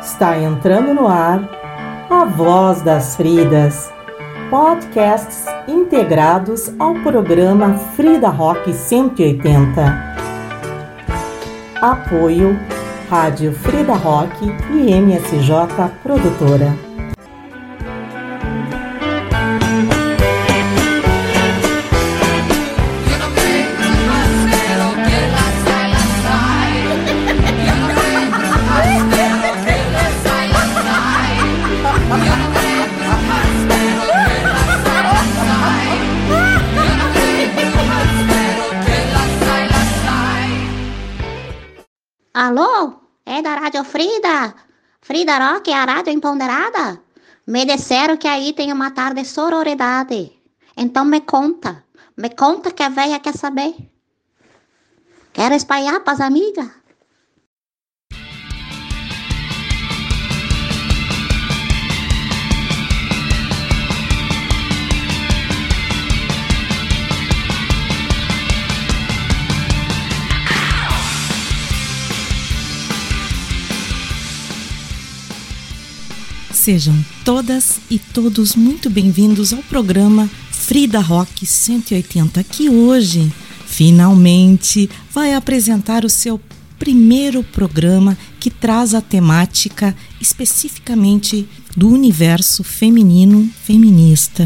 Está entrando no ar A Voz das Fridas, podcasts integrados ao programa Frida Rock 180. Apoio Rádio Frida Rock e MSJ Produtora. Alô? É da Rádio Frida? Frida Rock é a rádio empoderada? Me disseram que aí tem uma tarde de sororidade. Então me conta que a véia quer saber. Quero espalhar pras amigas? Sejam todas e todos muito bem-vindos ao programa Frida Rock 180, que hoje, finalmente, vai apresentar o seu primeiro programa que traz a temática especificamente do universo feminino feminista.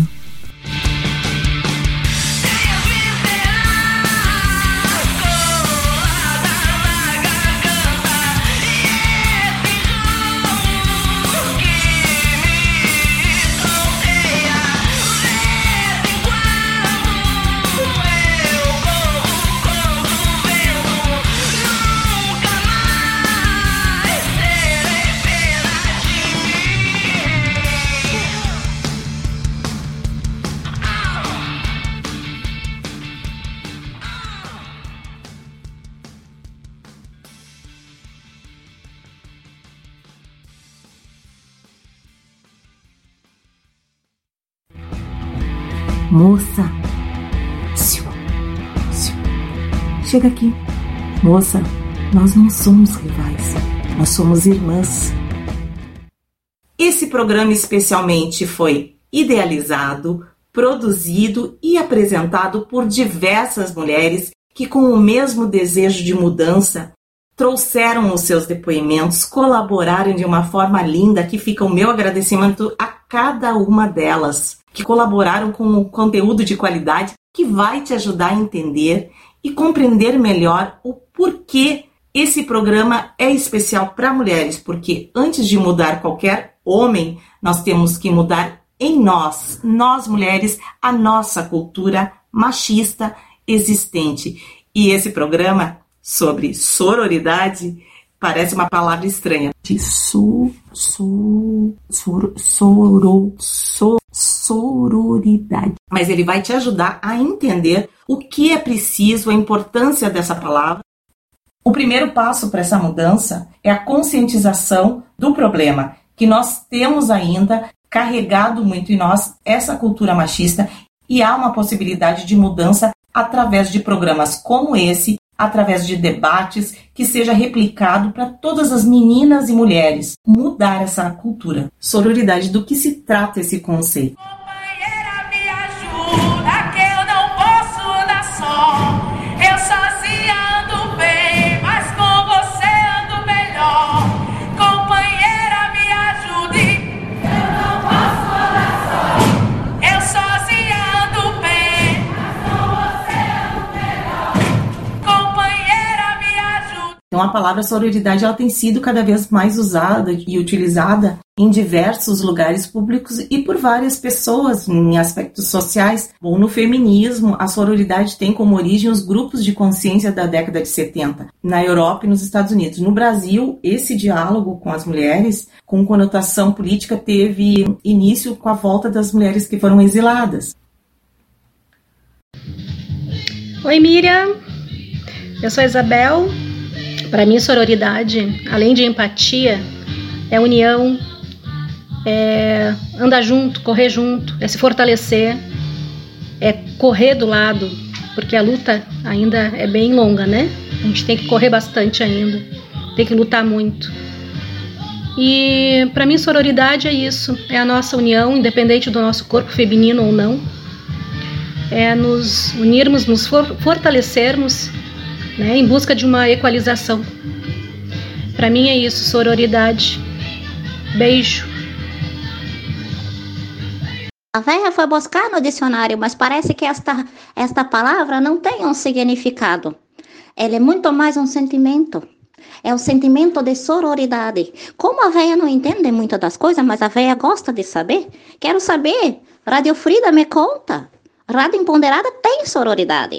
Moça, chega aqui. Moça, nós não somos rivais, nós somos irmãs. Esse programa especialmente foi idealizado, produzido e apresentado por diversas mulheres que, com o mesmo desejo de mudança, trouxeram os seus depoimentos, colaboraram de uma forma linda, que fica o meu agradecimento a cada uma delas, que colaboraram com um conteúdo de qualidade que vai te ajudar a entender e compreender melhor o porquê esse programa é especial para mulheres, porque antes de mudar qualquer homem, nós temos que mudar em nós mulheres, a nossa cultura machista existente. E esse programa sobre sororidade parece uma palavra estranha. De sororidade. Mas ele vai te ajudar a entender o que é preciso, a importância dessa palavra. O primeiro passo para essa mudança é a conscientização do problema, que nós temos ainda carregado muito em nós essa cultura machista, e há uma possibilidade de mudança através de programas como esse, através de debates, que seja replicado para todas as meninas e mulheres. Mudar essa cultura. Sororidade, do que se trata esse conceito? Companheira, me ajuda, que eu não posso andar só. Eu sozinha ando bem, mas com você ando melhor. Companheira, me ajude, eu não posso andar só. Eu sozinha ando bem, mas com você ando melhor. Companheira, me ajude. Então a palavra sororidade, ela tem sido cada vez mais usada e utilizada em diversos lugares públicos e por várias pessoas em aspectos sociais. Bom, no feminismo, a sororidade tem como origem os grupos de consciência da década de 70, na Europa e nos Estados Unidos. No Brasil, esse diálogo com as mulheres, com conotação política, teve início com a volta das mulheres que foram exiladas. Oi, Miriam. Eu sou a Isabel. Para mim, sororidade, além de empatia, é união, é andar junto, correr junto, é se fortalecer, é correr do lado, porque a luta ainda é bem longa, né? A gente tem que correr bastante ainda, tem que lutar muito. E para mim sororidade é isso, é a nossa união, independente do nosso corpo feminino ou não. É nos unirmos, nos fortalecermos, né, em busca de uma equalização. Para mim é isso, sororidade. Beijo. A véia foi buscar no dicionário, mas parece que esta palavra não tem um significado. Ela é muito mais um sentimento. É o sentimento de sororidade. Como a véia não entende muito das coisas, mas a véia gosta de saber, quero saber. Rádio Frida, me conta. Rádio Empoderada tem sororidade.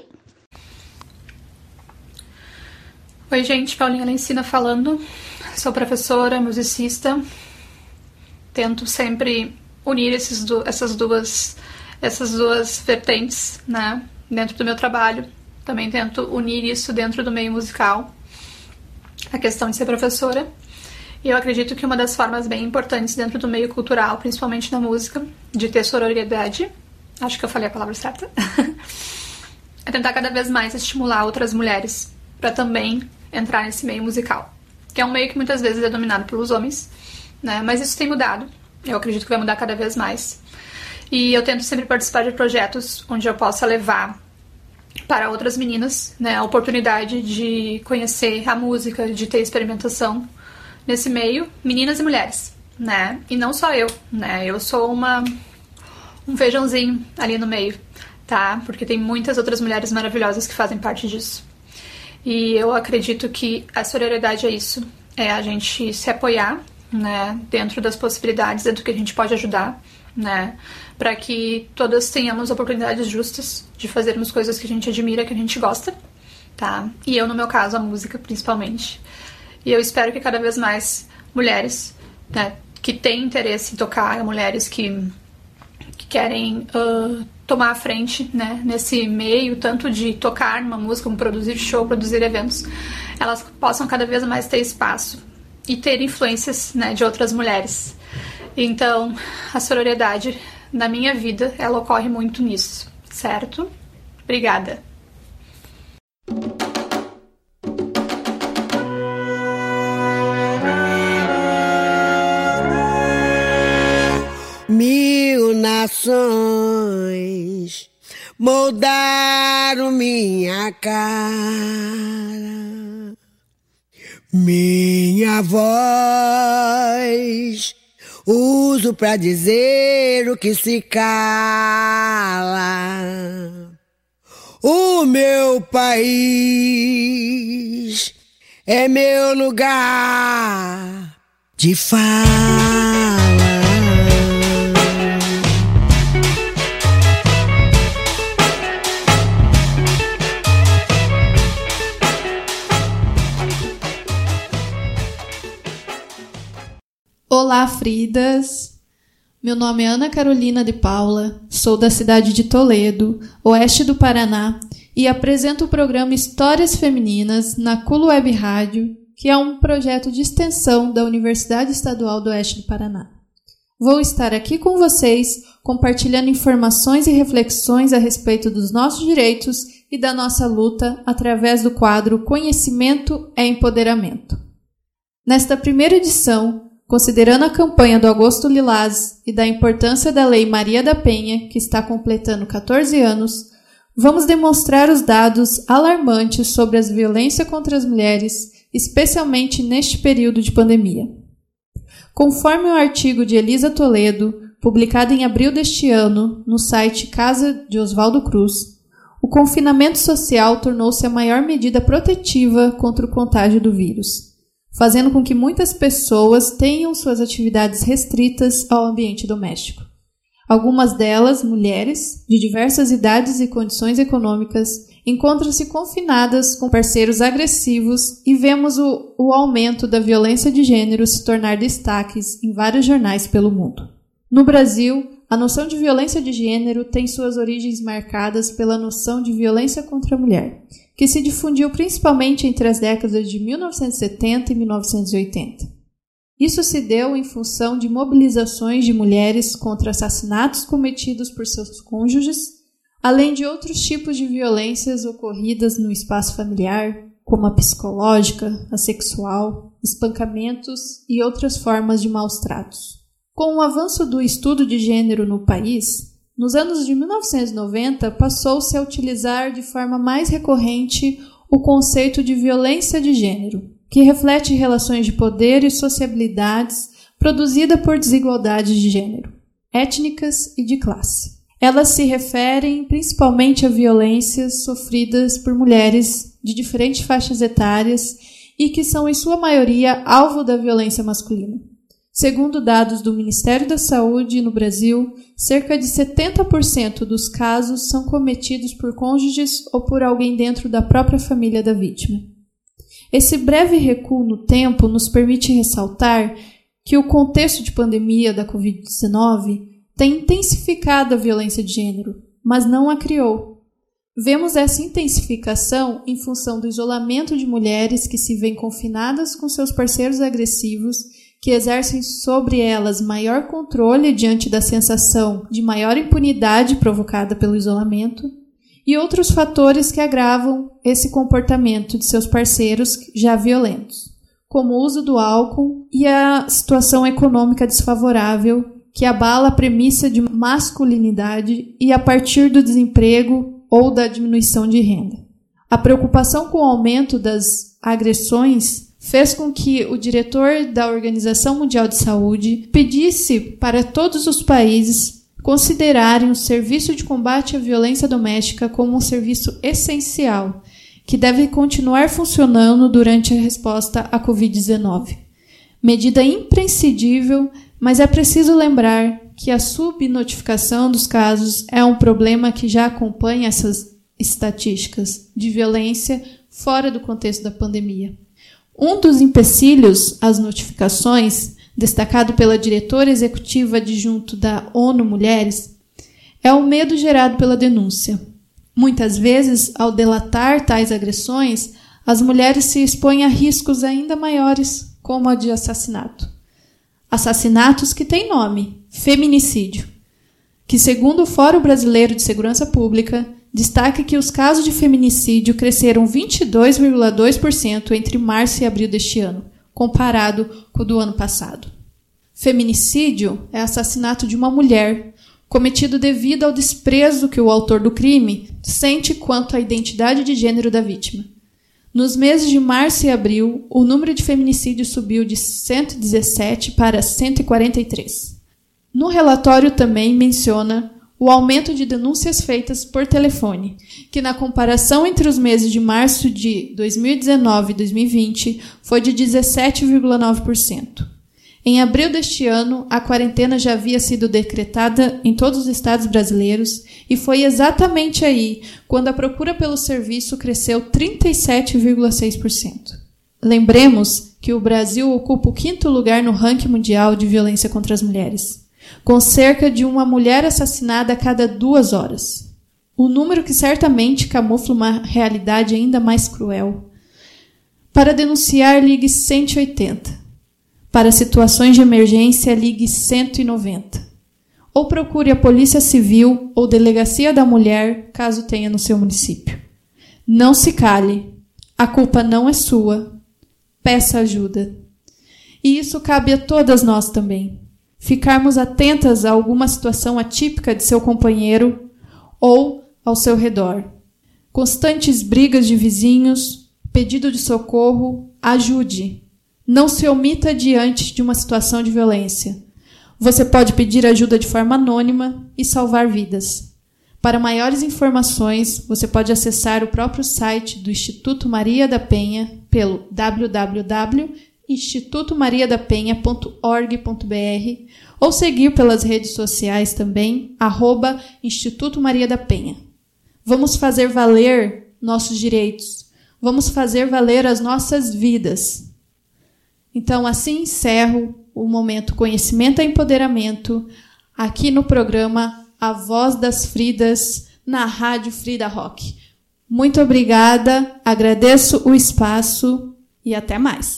Oi, gente. Paulinha Lencina falando. Sou professora, musicista. Tento sempre unir essas duas vertentes, né, dentro do meu trabalho. Também tento unir isso dentro do meio musical, a questão de ser professora. E eu acredito que uma das formas bem importantes dentro do meio cultural, principalmente na música, de ter sororidade, acho que eu falei a palavra certa, é tentar cada vez mais estimular outras mulheres para também entrar nesse meio musical, que é um meio que muitas vezes é dominado pelos homens, né, mas isso tem mudado. Eu acredito que vai mudar cada vez mais. E eu tento sempre participar de projetos onde eu possa levar para outras meninas, né, a oportunidade de conhecer a música, de ter experimentação nesse meio, meninas e mulheres, né? E não só eu, né? Eu sou um feijãozinho ali no meio, tá? Porque tem muitas outras mulheres maravilhosas que fazem parte disso. E eu acredito que a sororidade é isso, é a gente se apoiar, né, dentro das possibilidades, dentro do que a gente pode ajudar, né, para que todas tenhamos oportunidades justas de fazermos coisas que a gente admira, que a gente gosta, tá? E eu, no meu caso, a música, principalmente. E eu espero que cada vez mais mulheres, né, que têm interesse em tocar, mulheres que querem tomar a frente, né, nesse meio, tanto de tocar numa música, como produzir show, produzir eventos, elas possam cada vez mais ter espaço e ter influências, né, de outras mulheres. Então, a sororidade na minha vida, ela ocorre muito nisso, certo? Obrigada. Mil nações moldaram minha cara. Minha voz uso pra dizer o que se cala. O meu país é meu lugar de fala. Olá, Fridas! Meu nome é Ana Carolina de Paula, sou da cidade de Toledo, oeste do Paraná, e apresento o programa Histórias Femininas na Culo Web Rádio, que é um projeto de extensão da Universidade Estadual do Oeste do Paraná. Vou estar aqui com vocês, compartilhando informações e reflexões a respeito dos nossos direitos e da nossa luta através do quadro Conhecimento é Empoderamento. Nesta primeira edição, considerando a campanha do Agosto Lilás e da importância da Lei Maria da Penha, que está completando 14 anos, vamos demonstrar os dados alarmantes sobre as violências contra as mulheres, especialmente neste período de pandemia. Conforme o artigo de Elisa Toledo, publicado em abril deste ano no site Casa de Oswaldo Cruz, o confinamento social tornou-se a maior medida protetiva contra o contágio do vírus, fazendo com que muitas pessoas tenham suas atividades restritas ao ambiente doméstico. Algumas delas, mulheres, de diversas idades e condições econômicas, encontram-se confinadas com parceiros agressivos e vemos o aumento da violência de gênero se tornar destaques em vários jornais pelo mundo. No Brasil, a noção de violência de gênero tem suas origens marcadas pela noção de violência contra a mulher, que se difundiu principalmente entre as décadas de 1970 e 1980. Isso se deu em função de mobilizações de mulheres contra assassinatos cometidos por seus cônjuges, além de outros tipos de violências ocorridas no espaço familiar, como a psicológica, a sexual, espancamentos e outras formas de maus tratos. Com o avanço do estudo de gênero no país, nos anos de 1990 passou-se a utilizar de forma mais recorrente o conceito de violência de gênero, que reflete relações de poder e sociabilidades produzidas por desigualdades de gênero, étnicas e de classe. Elas se referem principalmente a violências sofridas por mulheres de diferentes faixas etárias e que são, em sua maioria, alvo da violência masculina. Segundo dados do Ministério da Saúde no Brasil, cerca de 70% dos casos são cometidos por cônjuges ou por alguém dentro da própria família da vítima. Esse breve recuo no tempo nos permite ressaltar que o contexto de pandemia da Covid-19 tem intensificado a violência de gênero, mas não a criou. Vemos essa intensificação em função do isolamento de mulheres que se veem confinadas com seus parceiros agressivos, que exercem sobre elas maior controle diante da sensação de maior impunidade provocada pelo isolamento, e outros fatores que agravam esse comportamento de seus parceiros já violentos, como o uso do álcool e a situação econômica desfavorável, que abala a premissa de masculinidade e a partir do desemprego ou da diminuição de renda. A preocupação com o aumento das agressões fez com que o diretor da Organização Mundial de Saúde pedisse para todos os países considerarem o serviço de combate à violência doméstica como um serviço essencial, que deve continuar funcionando durante a resposta à Covid-19. Medida imprescindível, mas é preciso lembrar que a subnotificação dos casos é um problema que já acompanha essas estatísticas de violência fora do contexto da pandemia. Um dos empecilhos às notificações, destacado pela diretora executiva adjunto da ONU Mulheres, é o medo gerado pela denúncia. Muitas vezes, ao delatar tais agressões, as mulheres se expõem a riscos ainda maiores, como a de assassinato. Assassinatos que têm nome, feminicídio, que, segundo o Fórum Brasileiro de Segurança Pública, destaca que os casos de feminicídio cresceram 22,2% entre março e abril deste ano, comparado com o do ano passado. Feminicídio é assassinato de uma mulher, cometido devido ao desprezo que o autor do crime sente quanto à identidade de gênero da vítima. Nos meses de março e abril, o número de feminicídios subiu de 117 para 143. No relatório também menciona o aumento de denúncias feitas por telefone, que na comparação entre os meses de março de 2019 e 2020 foi de 17,9%. Em abril deste ano, a quarentena já havia sido decretada em todos os estados brasileiros e foi exatamente aí quando a procura pelo serviço cresceu 37,6%. Lembremos que o Brasil ocupa o 5º lugar no ranking mundial de violência contra as mulheres, com cerca de uma mulher assassinada a cada 2 horas. Um número que certamente camufla uma realidade ainda mais cruel. Para denunciar, ligue 180. Para situações de emergência, ligue 190. Ou procure a Polícia Civil ou Delegacia da Mulher, caso tenha no seu município. Não se cale. A culpa não é sua. Peça ajuda. E isso cabe a todas nós também. Ficarmos atentas a alguma situação atípica de seu companheiro ou ao seu redor. Constantes brigas de vizinhos, pedido de socorro, ajude. Não se omita diante de uma situação de violência. Você pode pedir ajuda de forma anônima e salvar vidas. Para maiores informações, você pode acessar o próprio site do Instituto Maria da Penha pelo www.institutomariadapenha.org.br ou seguir pelas redes sociais também, @Instituto Maria da Penha. Vamos fazer valer nossos direitos. Vamos fazer valer as nossas vidas. Então, assim encerro o momento Conhecimento e Empoderamento aqui no programa A Voz das Fridas, na Rádio Frida Rock. Muito obrigada, agradeço o espaço e até mais.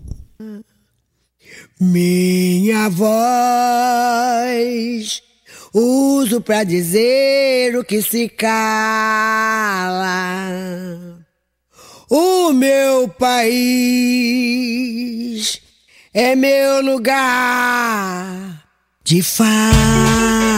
Minha voz uso pra dizer o que se cala. O meu país é meu lugar de fala.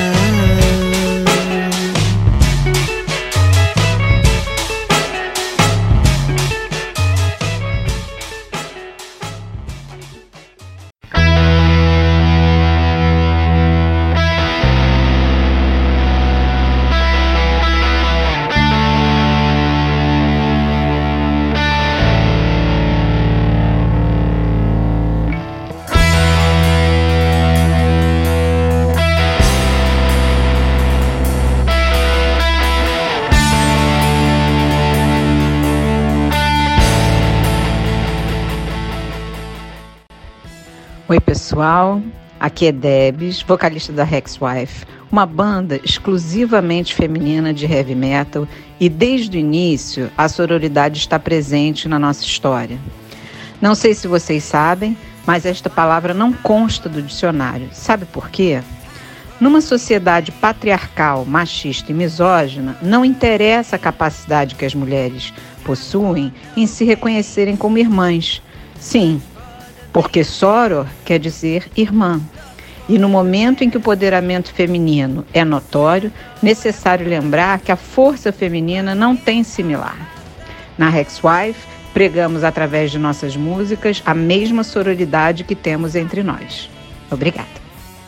Oi pessoal, aqui é Debs, vocalista da Hexwife, uma banda exclusivamente feminina de heavy metal, e desde o início a sororidade está presente na nossa história. Não sei se vocês sabem, mas esta palavra não consta do dicionário. Sabe por quê? Numa sociedade patriarcal, machista e misógina, não interessa a capacidade que as mulheres possuem em se reconhecerem como irmãs. Sim, porque soror quer dizer irmã. E no momento em que o empoderamento feminino é notório, necessário lembrar que a força feminina não tem similar. Na Hexwife, pregamos através de nossas músicas a mesma sororidade que temos entre nós. Obrigada.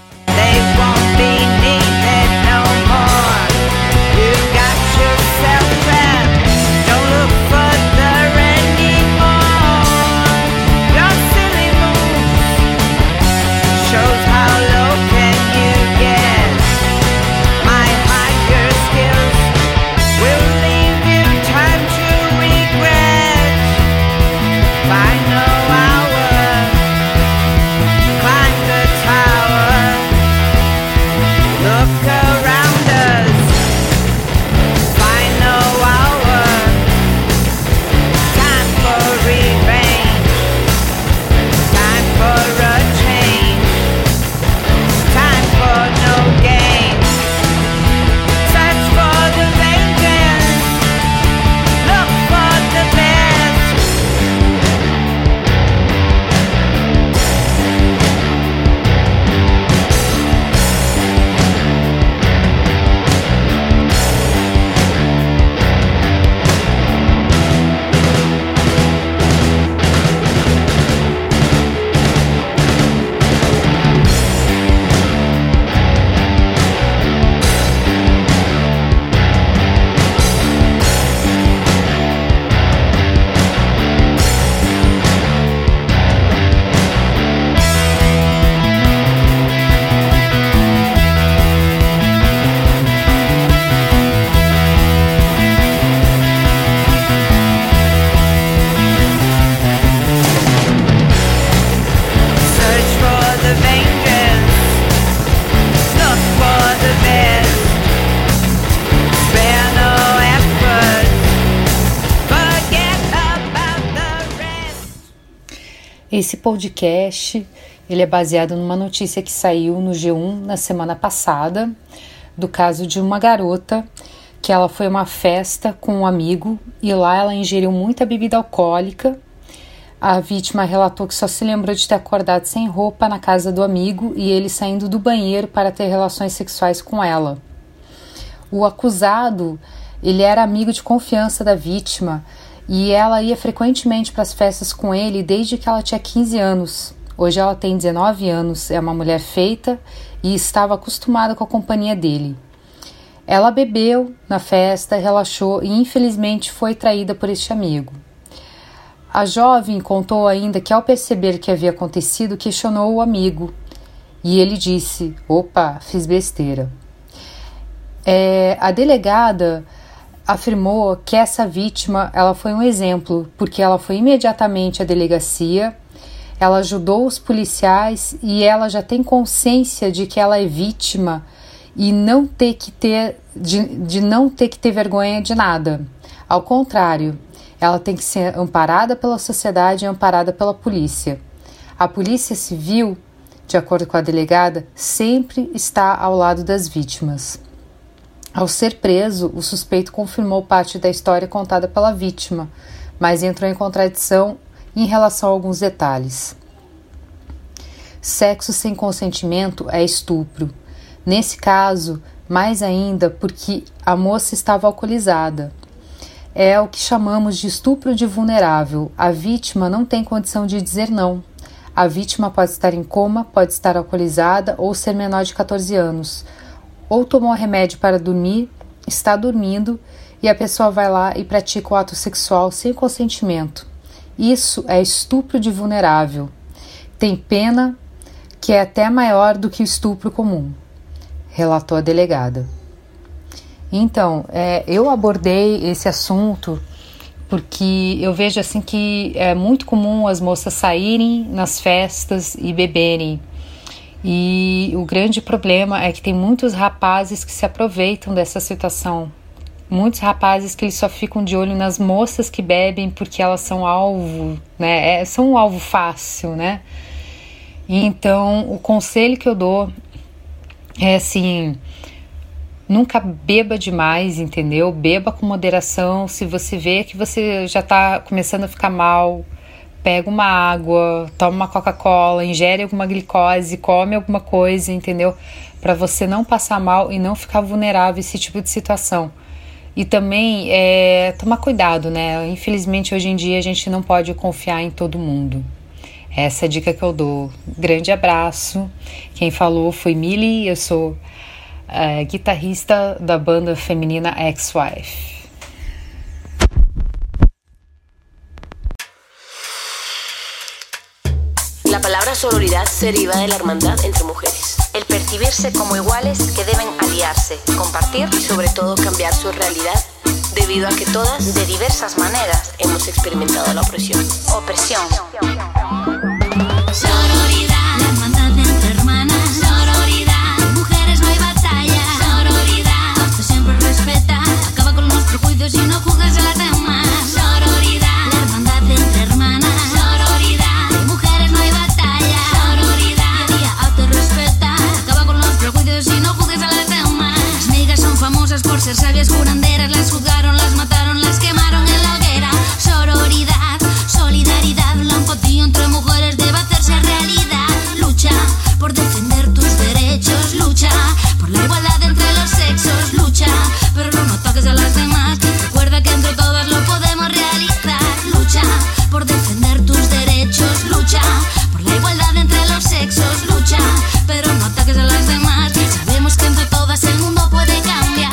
Esse podcast ele é baseado numa notícia que saiu no G1 na semana passada, do caso de uma garota que ela foi a uma festa com um amigo e lá ela ingeriu muita bebida alcoólica. A vítima relatou que só se lembrou de ter acordado sem roupa na casa do amigo e ele saindo do banheiro para ter relações sexuais com ela. O acusado, ele era amigo de confiança da vítima e ela ia frequentemente para as festas com ele desde que ela tinha 15 anos. Hoje ela tem 19 anos, é uma mulher feita e estava acostumada com a companhia dele. Ela bebeu na festa, relaxou e infelizmente foi traída por este amigo. A jovem contou ainda que ao perceber o que havia acontecido, questionou o amigo e ele disse: "Opa, fiz besteira". A delegada afirmou que essa vítima ela foi um exemplo, porque ela foi imediatamente à delegacia, ela ajudou os policiais e ela já tem consciência de que ela é vítima e não ter que ter, de não ter que ter vergonha de nada. Ao contrário, ela tem que ser amparada pela sociedade e amparada pela polícia. A polícia civil, de acordo com a delegada, sempre está ao lado das vítimas. Ao ser preso, o suspeito confirmou parte da história contada pela vítima, mas entrou em contradição em relação a alguns detalhes. Sexo sem consentimento é estupro. Nesse caso, mais ainda porque a moça estava alcoolizada. É o que chamamos de estupro de vulnerável. A vítima não tem condição de dizer não. A vítima pode estar em coma, pode estar alcoolizada ou ser menor de 14 anos. Ou tomou remédio para dormir, está dormindo e a pessoa vai lá e pratica o ato sexual sem consentimento. Isso é estupro de vulnerável. Tem pena que é até maior do que o estupro comum, relatou a delegada. Então, eu abordei esse assunto porque eu vejo assim que é muito comum as moças saírem nas festas e beberem. E o grande problema é que tem muitos rapazes que se aproveitam dessa situação. Muitos rapazes que eles só ficam de olho nas moças que bebem porque elas são alvo, né? São um alvo fácil, né? Então, o conselho que eu dou é assim: nunca beba demais, entendeu? Beba com moderação. Se você vê que você já está começando a ficar mal, pega uma água, toma uma Coca-Cola, ingere alguma glicose, come alguma coisa, entendeu? Para você não passar mal e não ficar vulnerável a esse tipo de situação. E também tomar cuidado, né? Infelizmente, hoje em dia, a gente não pode confiar em todo mundo. Essa é a dica que eu dou. Grande abraço. Quem falou foi Mili, eu sou guitarrista da banda feminina Ex-Wife. La palabra sororidad se deriva de la hermandad entre mujeres. El percibirse como iguales que deben aliarse, compartir y sobre todo cambiar su realidad, debido a que todas, de diversas maneras, hemos experimentado la opresión. Sororidad, la hermandad entre hermanas. Sororidad, mujeres no hay batalla. Sororidad, esto siempre respeta, acaba con los prejuicios y no juzgues a las demás. Sororidad, la hermandad entre hermanas. Sororidad, mujeres no hay batalla. Sororidad, día autorrespeta, acaba con los prejuicios y no juzgues a las demás. Las migas son famosas por ser sabias curanderas, las juzgaron, las mataron, las quemaron en la hoguera. Sororidad, solidaridad, la empatía entre mujeres debe hacerse realidad. Lucha por defender tus derechos, lucha por la igualdad entre los sexos, lucha, pero no toques a las demás. Recuerda que entre todas lo podemos realizar. Lucha por defender tus derechos, lucha por la igualdad entre los sexos, lucha, pero no toques a las demás. Sabemos que entre todas el mundo puede cambiar.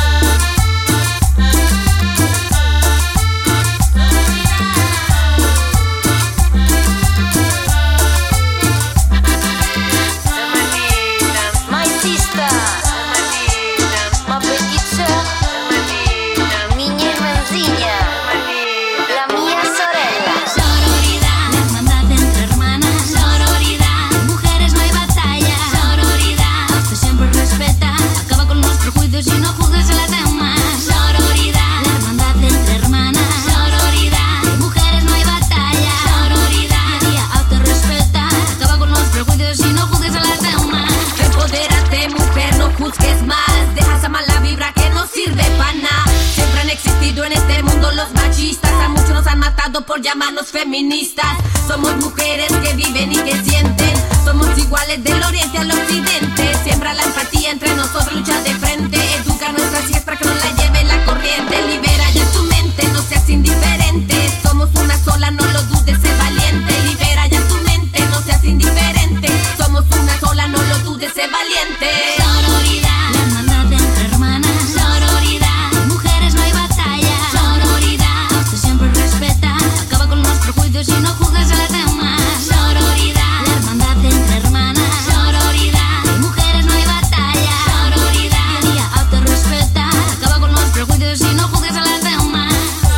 Y no juzgues a las demás. Sororidad, la hermandad entre hermanas. Sororidad, de mujeres no hay batalla. Sororidad, día autorrespeta, acaba con los prejuicios y no juzgues a las demás. Empodérate, mujer, no juzgues más. Deja esa mala vibra que no sirve para nada. Siempre han existido en este mundo los machistas. A muchos nos han matado por llamarnos feministas. Somos mujeres que viven y que sienten. Somos iguales del oriente al occidente. Siembra la empatía entre nosotros, lucha de frente. Educa a nuestras hijas para que no la lleve la corriente. Libera ya tu mente, no seas indiferente. Somos una sola, no lo dudes, sé valiente. Libera ya tu mente, no seas indiferente. Somos una sola, no lo dudes, sé valiente. Sororidad, la hermandad entre hermanas. Sororidad, de mujeres no hay batalla. Sororidad, esto siempre respeta, acaba con los prejuicios y no juzgues a las demás. Sororidad, la hermandad entre hermanas. Sororidad, de mujeres no hay batalla. Sororidad, día autorrespeta, acaba con los prejuicios y no juzgues a las demás.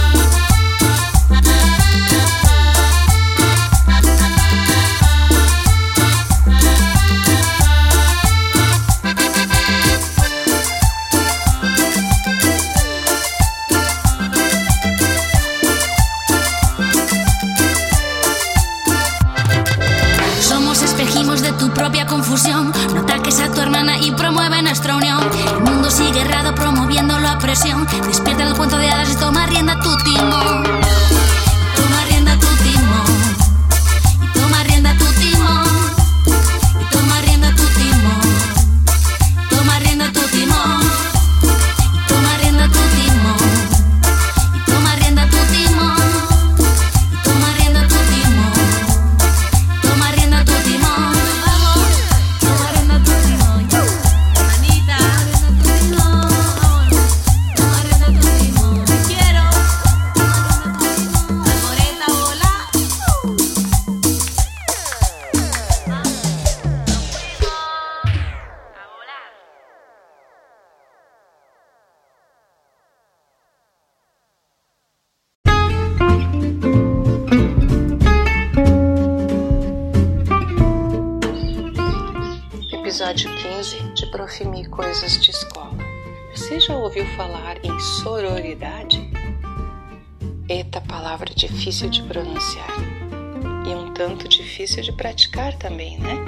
Somos espejismos de tu propia confusión. No ataques a tu hermana y promueve nuestra unión. El mundo sigue errado promoviendo la opresión. Despierta el cuento de hadas y toma rienda tu timón. Episódio 15 de Profimi Coisas de Escola. Você já ouviu falar em sororidade? Eita, palavra difícil de pronunciar. E um tanto difícil de praticar também, né?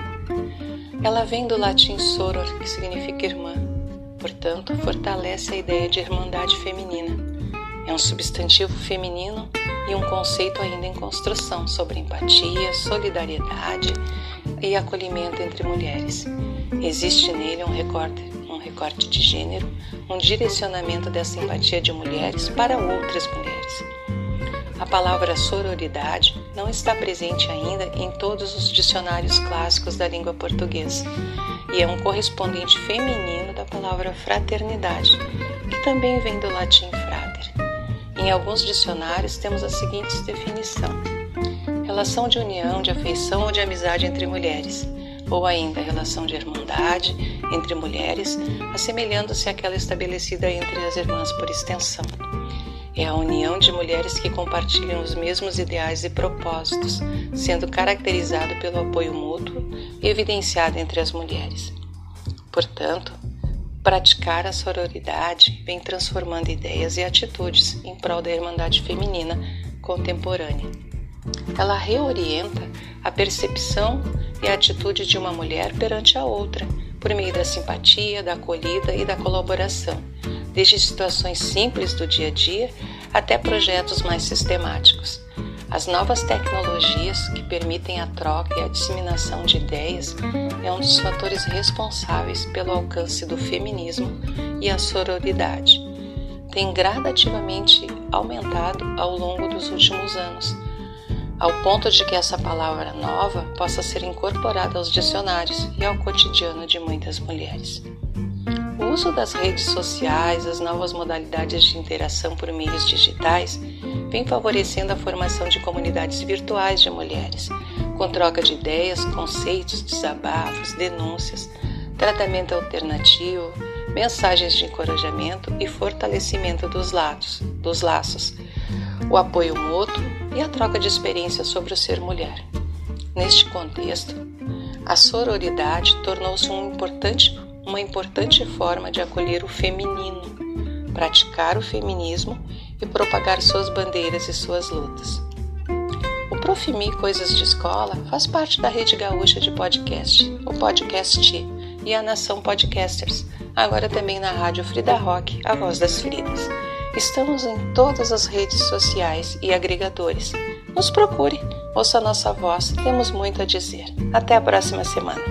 Ela vem do latim soror, que significa irmã. Portanto, fortalece a ideia de irmandade feminina. É um substantivo feminino e um conceito ainda em construção sobre empatia, solidariedade e acolhimento entre mulheres. Existe nele um recorte de gênero, um direcionamento dessa empatia de mulheres para outras mulheres. A palavra sororidade não está presente ainda em todos os dicionários clássicos da língua portuguesa e é um correspondente feminino da palavra fraternidade, que também vem do latim frater. Em alguns dicionários temos a seguinte definição: relação de união, de afeição ou de amizade entre mulheres, ou ainda relação de irmandade entre mulheres, assemelhando-se àquela estabelecida entre as irmãs por extensão. É a união de mulheres que compartilham os mesmos ideais e propósitos, sendo caracterizado pelo apoio mútuo e evidenciado entre as mulheres. Portanto, praticar a sororidade vem transformando ideias e atitudes em prol da irmandade feminina contemporânea. Ela reorienta a percepção e a atitude de uma mulher perante a outra, por meio da simpatia, da acolhida e da colaboração, desde situações simples do dia a dia até projetos mais sistemáticos. As novas tecnologias que permitem a troca e a disseminação de ideias é um dos fatores responsáveis pelo alcance do feminismo e a sororidade. Tem gradativamente aumentado ao longo dos últimos anos, ao ponto de que essa palavra nova possa ser incorporada aos dicionários e ao cotidiano de muitas mulheres. O uso das redes sociais, as novas modalidades de interação por meios digitais, vem favorecendo a formação de comunidades virtuais de mulheres, com troca de ideias, conceitos, desabafos, denúncias, tratamento alternativo, mensagens de encorajamento e fortalecimento dos laços, o apoio mútuo e a troca de experiências sobre o ser mulher. Neste contexto, a sororidade tornou-se uma importante forma de acolher o feminino, praticar o feminismo e propagar suas bandeiras e suas lutas. O Profimi Coisas de Escola faz parte da Rede Gaúcha de Podcast, o Podcast e a Nação Podcasters, agora também na Rádio Frida Rock, a voz das Fridas. Estamos em todas as redes sociais e agregadores. Nos procure, ouça nossa voz, temos muito a dizer. Até a próxima semana.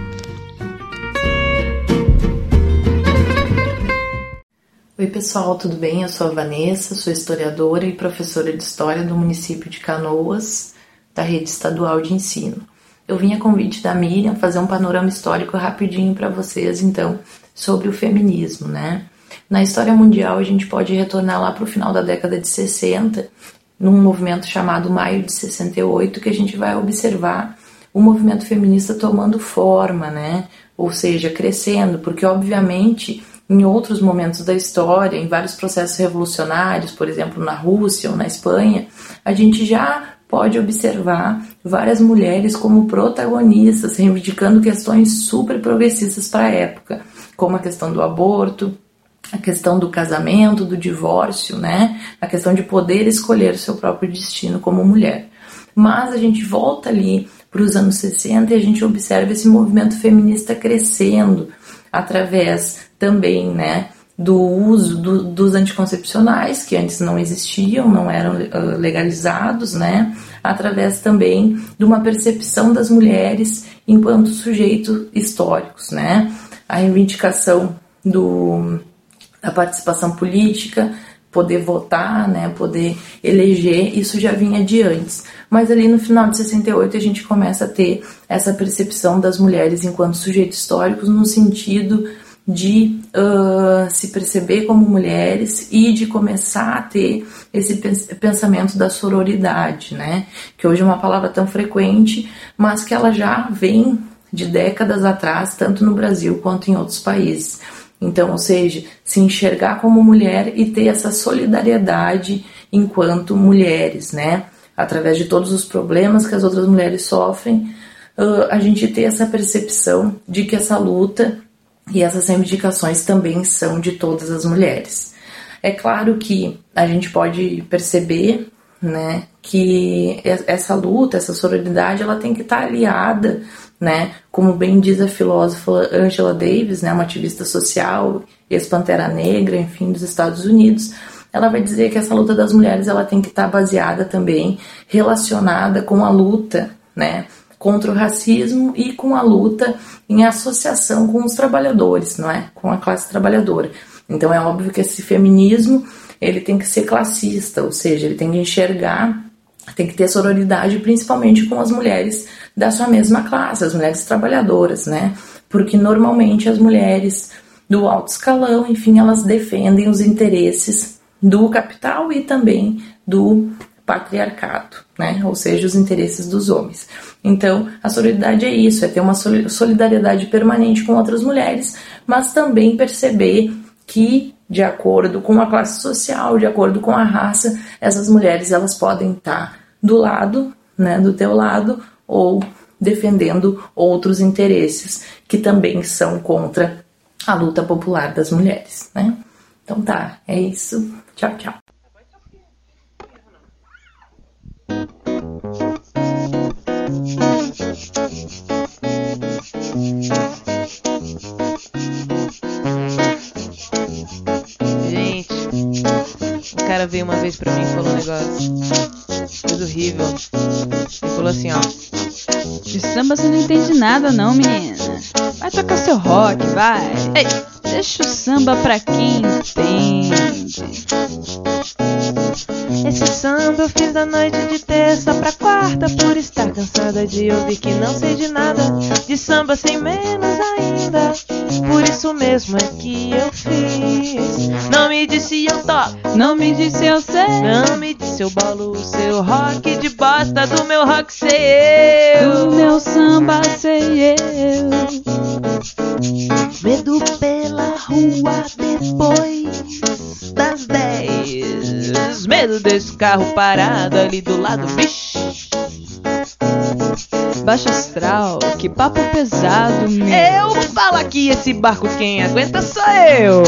Oi pessoal, tudo bem? Eu sou a Vanessa, sou historiadora e professora de História do município de Canoas, da Rede Estadual de Ensino. Eu vim a convite da Miriam fazer um panorama histórico rapidinho para vocês, então, sobre o feminismo, né? Na história mundial, a gente pode retornar lá para o final da década de 60, num movimento chamado Maio de 68, que a gente vai observar o movimento feminista tomando forma, né? Ou seja, crescendo, porque obviamente em outros momentos da história, em vários processos revolucionários, por exemplo, na Rússia ou na Espanha, a gente já pode observar várias mulheres como protagonistas, reivindicando questões super progressistas para a época, como a questão do aborto, a questão do casamento, do divórcio, né? A questão de poder escolher o seu próprio destino como mulher. Mas a gente volta ali para os anos 60 e a gente observa esse movimento feminista crescendo através também, né, do uso dos anticoncepcionais, que antes não existiam, não eram legalizados, né, através também de uma percepção das mulheres enquanto sujeitos históricos, né, a reivindicação da participação política, poder votar, né, poder eleger, isso já vinha de antes. Mas ali no final de 68 a gente começa a ter essa percepção das mulheres enquanto sujeitos históricos no sentido de se perceber como mulheres e de começar a ter esse pensamento da sororidade, né, que hoje é uma palavra tão frequente, mas que ela já vem de décadas atrás, tanto no Brasil quanto em outros países. Então, ou seja, se enxergar como mulher e ter essa solidariedade enquanto mulheres, né? Através de todos os problemas que as outras mulheres sofrem, a gente ter essa percepção de que essa luta e essas reivindicações também são de todas as mulheres. É claro que a gente pode perceber, né, que essa luta, essa sororidade, ela tem que estar aliada, né, como bem diz a filósofa Angela Davis, né, uma ativista social, ex-Pantera Negra, enfim, dos Estados Unidos. Ela vai dizer que essa luta das mulheres, ela tem que estar baseada também, relacionada com a luta, né, contra o racismo e com a luta em associação com os trabalhadores, não é? Com a classe trabalhadora. Então é óbvio que esse feminismo, ele tem que ser classista, ou seja, ele tem que enxergar, tem que ter sororidade principalmente com as mulheres da sua mesma classe, as mulheres trabalhadoras, né? Porque normalmente as mulheres do alto escalão, enfim, elas defendem os interesses do capital e também do patriarcado, né? Ou seja, os interesses dos homens. Então, a sororidade é isso, é ter uma solidariedade permanente com outras mulheres, mas também perceber que, de acordo com a classe social, de acordo com a raça, essas mulheres, elas podem estar do lado, né, do teu lado, ou defendendo outros interesses que também são contra a luta popular das mulheres, né? Então tá, é isso. Tchau, tchau. Gente, um cara veio uma vez pra mim e falou um negócio coisa horrível. Ele falou assim, ó: de samba você não entende nada não, menina. Vai tocar seu rock, vai. Ei, deixa o samba pra quem entende. Esse samba eu fiz da noite de terça pra quarta, por estar cansada de ouvir que não sei de nada. De samba sem menos ainda, por isso mesmo é que eu fiz. Não me disse eu toco, não me disse eu sei, não me disse eu bolo o seu rock de bosta. Do meu rock sei eu, do meu samba sei eu. Medo pela rua depois das 10. Medo desse carro parado ali do lado, bicho. Baixo astral, que papo pesado, meu. Eu vou falar que esse barco quem aguenta sou eu.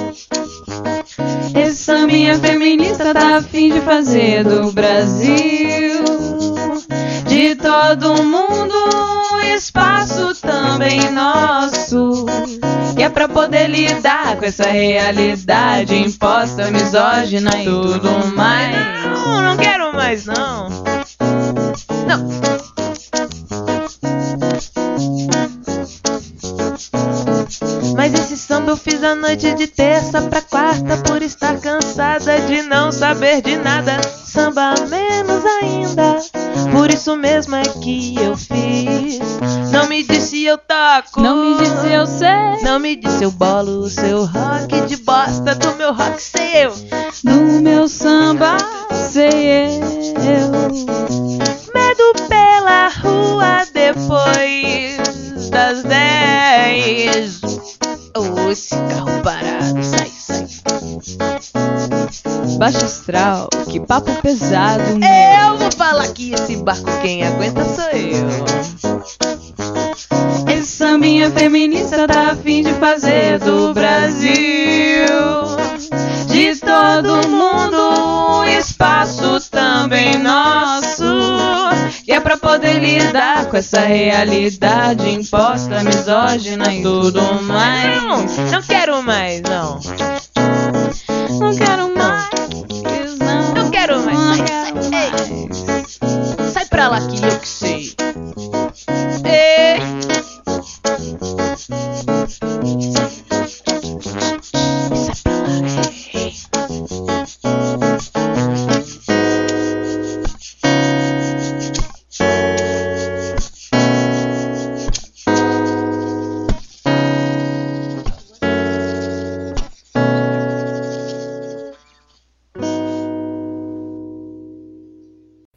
Essa minha feminista tá a fim de fazer do Brasil, de todo mundo, espaço também nosso. Que é pra poder lidar com essa realidade imposta, misógina e tudo mais. Não, não quero mais não. Não. Mas esse samba eu fiz a noite de terça pra quarta, por estar cansada de não saber de nada. Samba menos ainda, por isso mesmo é que eu fiz. Não me disse eu toco, não me disse eu sei, não me disse eu bolo o seu rock de bosta. Do meu rock sei eu, do meu samba sei eu. Medo pela rua depois das 10. Oh, esse carro parado, sai, sai. Baixo astral, que papo pesado, meu. Eu vou falar que esse barco quem aguenta sou eu. Essa minha feminista tá a fim de fazer do Brasil, de todo mundo, espaço também nosso. E é pra poder lidar com essa realidade imposta, misógina e tudo mais. Não, não quero mais, não. Não quero mais, não. Não quero mais. Não quero mais. Sai pra lá que eu que sei.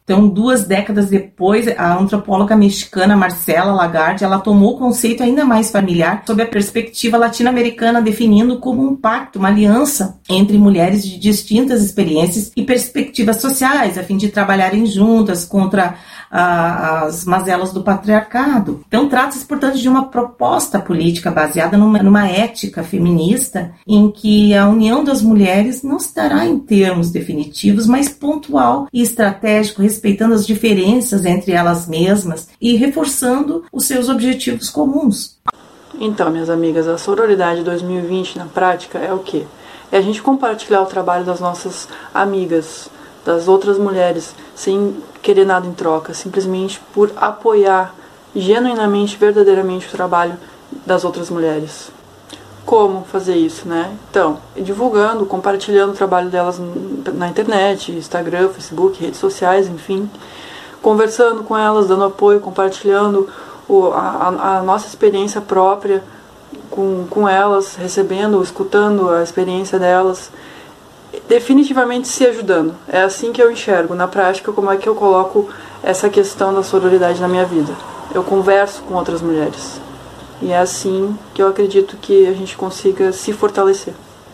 Então, 2 décadas depois, a antropóloga mexicana Marcela Lagarde, ela tomou o conceito ainda mais familiar sob a perspectiva latino-americana, definindo como um pacto, uma aliança entre mulheres de distintas experiências e perspectivas sociais, a fim de trabalharem juntas contra as mazelas do patriarcado. Então, trata-se, portanto, de uma proposta política baseada numa ética feminista em que a união das mulheres não se dará em termos definitivos, mas pontual e estratégico, respeitando as diferenças entre elas mesmas e reforçando os seus objetivos comuns. Então, minhas amigas, a sororidade 2020 na prática é o quê? É a gente compartilhar o trabalho das nossas amigas, das outras mulheres, sem querer nada em troca, simplesmente por apoiar genuinamente, verdadeiramente o trabalho das outras mulheres. Como fazer isso, né? Então, divulgando, compartilhando o trabalho delas na internet, Instagram, Facebook, redes sociais, enfim, conversando com elas, dando apoio, compartilhando a nossa experiência própria com elas, recebendo, escutando a experiência delas, definitivamente se ajudando. É assim que eu enxergo na prática como é que eu coloco essa questão da sororidade na minha vida. Eu converso com outras mulheres e é assim que eu acredito que a gente consiga se fortalecer.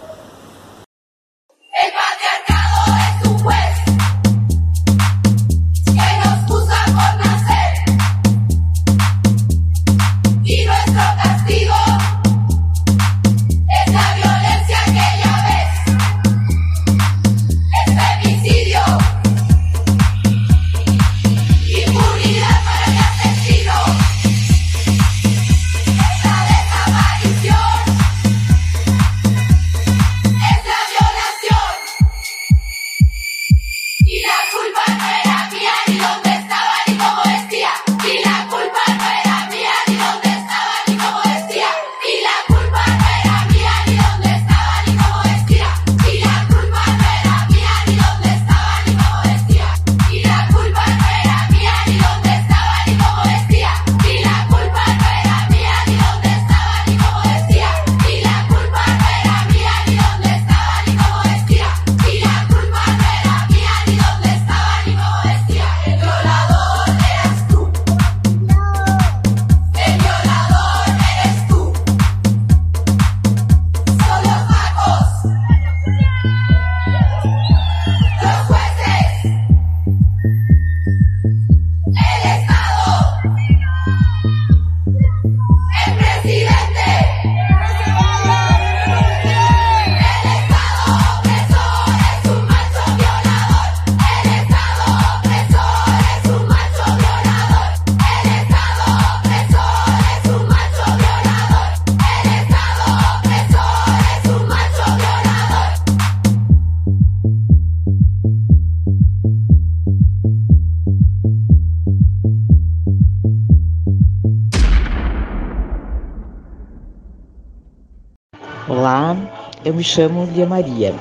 Olá, eu me chamo Lia Maria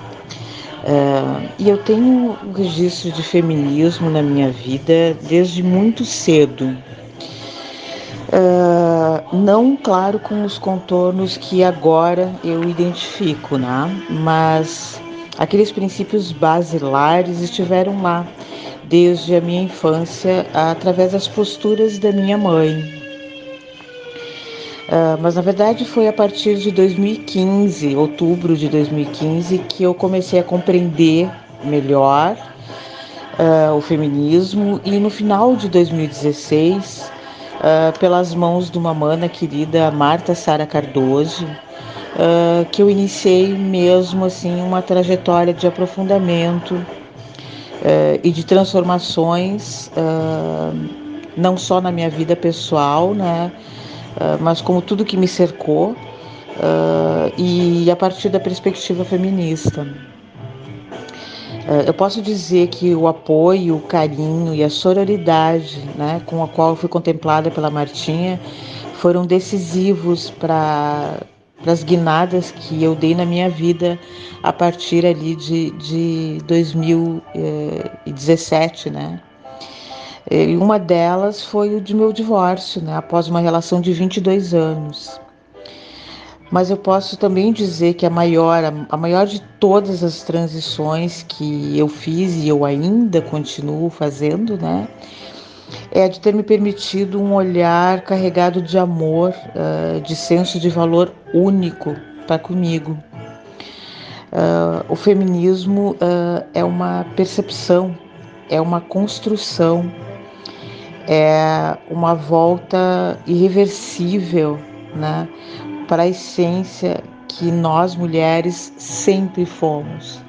e eu tenho um registro de feminismo na minha vida desde muito cedo. Não, claro, com os contornos que agora eu identifico, né? Mas aqueles princípios basilares estiveram lá desde a minha infância, através das posturas da minha mãe. Mas na verdade foi a partir de 2015, outubro de 2015, que eu comecei a compreender melhor o feminismo, e no final de 2016, pelas mãos de uma mana querida, Marta Sara Cardoso, que eu iniciei mesmo assim uma trajetória de aprofundamento e de transformações, não só na minha vida pessoal, né? Mas como tudo que me cercou, e a partir da perspectiva feminista. Eu posso dizer que o apoio, o carinho e a sororidade, né, com a qual eu fui contemplada pela Martinha, foram decisivos para as guinadas que eu dei na minha vida a partir ali de 2017, né? E uma delas foi o de meu divórcio, né, após uma relação de 22 anos. Mas eu posso também dizer que a maior de todas as transições que eu fiz e eu ainda continuo fazendo, né, é a de ter me permitido um olhar carregado de amor, de senso de valor único para comigo. O feminismo é uma percepção, é uma construção, é uma volta irreversível, né, para a essência que nós mulheres sempre fomos.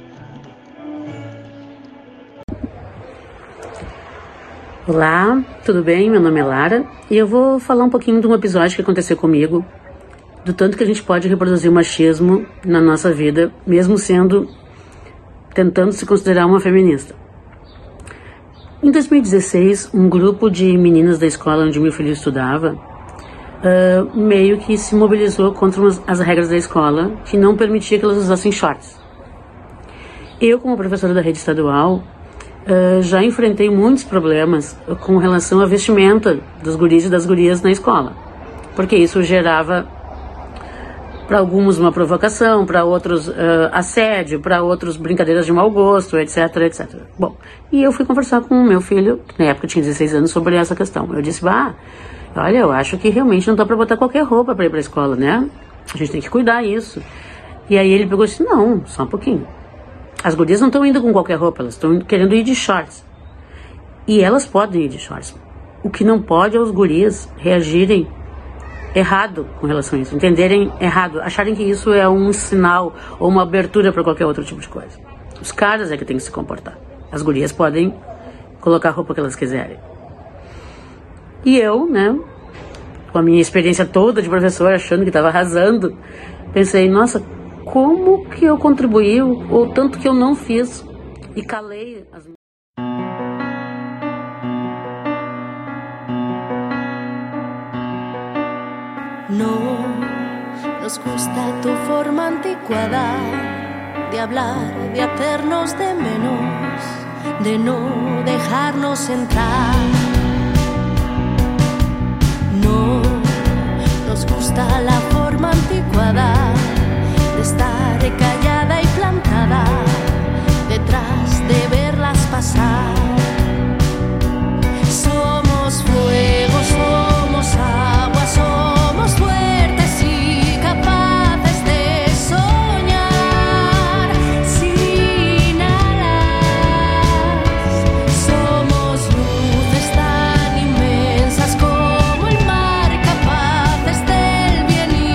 Olá, tudo bem? Meu nome é Lara e eu vou falar um pouquinho de um episódio que aconteceu comigo, do tanto que a gente pode reproduzir o machismo na nossa vida, mesmo tentando se considerar uma feminista. Em 2016, um grupo de meninas da escola onde meu filho estudava meio que se mobilizou contra as regras da escola, que não permitia que elas usassem shorts. Eu, como professora da rede estadual, já enfrentei muitos problemas com relação à vestimenta dos guris e das gurias na escola, porque isso gerava para alguns uma provocação, para outros assédio, para outros brincadeiras de mau gosto, etc, etc. Bom, e eu fui conversar com o meu filho, que na época tinha 16 anos, sobre essa questão. Eu disse, olha, eu acho que realmente não dá para botar qualquer roupa para ir para a escola, né? A gente tem que cuidar disso. E aí ele pegou e disse, não, só um pouquinho. As gurias não estão indo com qualquer roupa, elas estão querendo ir de shorts. E elas podem ir de shorts. O que não pode é os gurias reagirem errado com relação a isso, entenderem errado, acharem que isso é um sinal ou uma abertura para qualquer outro tipo de coisa. Os caras é que tem que se comportar. As gurias podem colocar a roupa que elas quiserem. E eu, né, com a minha experiência toda de professora, achando que estava arrasando, pensei, nossa, como que eu contribuí, ou tanto que eu não fiz, e calei as minhas... No nos gusta tu forma anticuada de hablar, de hacernos de menos, de no dejarnos entrar. No nos gusta la forma anticuada de estar callada y plantada detrás de verlas pasar. Somos fuego, somos agua, somos fuertes y capaces de soñar sin alas. Somos luces tan inmensas como el mar, capaces del bien y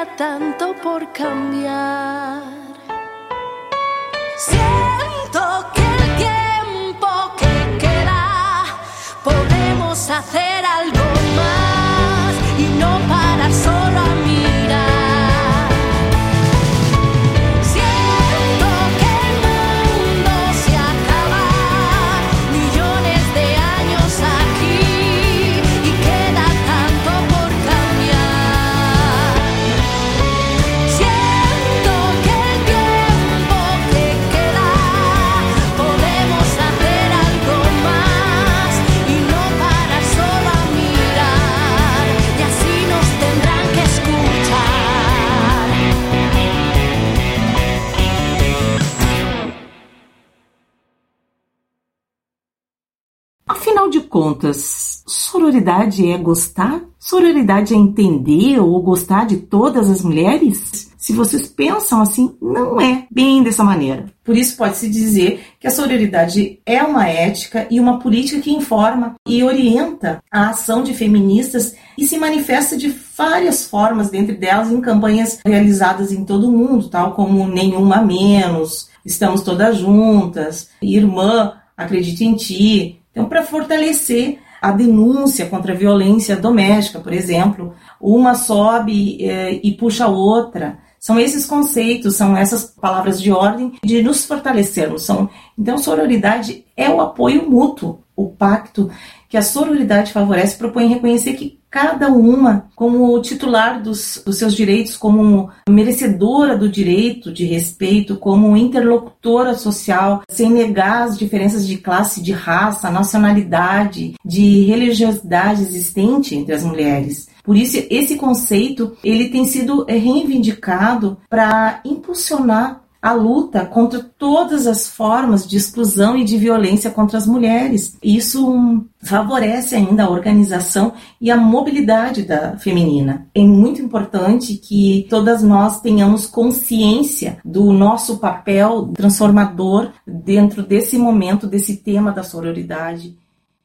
tanto por cambiar. Siento que el tiempo que queda podemos hacer algo más y no parar solo a mirar. Siento que el mundo se acaba, millones de años aquí y queda tanto por cambiar. Siento que el tiempo que queda podemos hacer algo más y no parar solo a mirar, y así nos tendrán que escuchar. Afinal de contas, sororidade é gostar? Sororidade é entender ou gostar de todas as mulheres? Se vocês pensam assim, não é bem dessa maneira. Por isso pode-se dizer que a sororidade é uma ética e uma política que informa e orienta a ação de feministas e se manifesta de várias formas, dentre delas em campanhas realizadas em todo o mundo, tal como Nenhuma Menos, Estamos Todas Juntas, Irmã, Acredite em Ti. Então, para fortalecer a denúncia contra a violência doméstica, por exemplo, uma sobe e puxa a outra. São esses conceitos, são essas palavras de ordem de nos fortalecermos. Então, sororidade é o apoio mútuo, o pacto que a sororidade favorece, propõe reconhecer que cada uma, como titular dos seus direitos, como merecedora do direito de respeito, como interlocutora social, sem negar as diferenças de classe, de raça, nacionalidade, de religiosidade existente entre as mulheres. Por isso, esse conceito ele tem sido reivindicado para impulsionar a luta contra todas as formas de exclusão e de violência contra as mulheres. Isso favorece ainda a organização e a mobilidade da feminina. É muito importante que todas nós tenhamos consciência do nosso papel transformador dentro desse momento, desse tema da sororidade.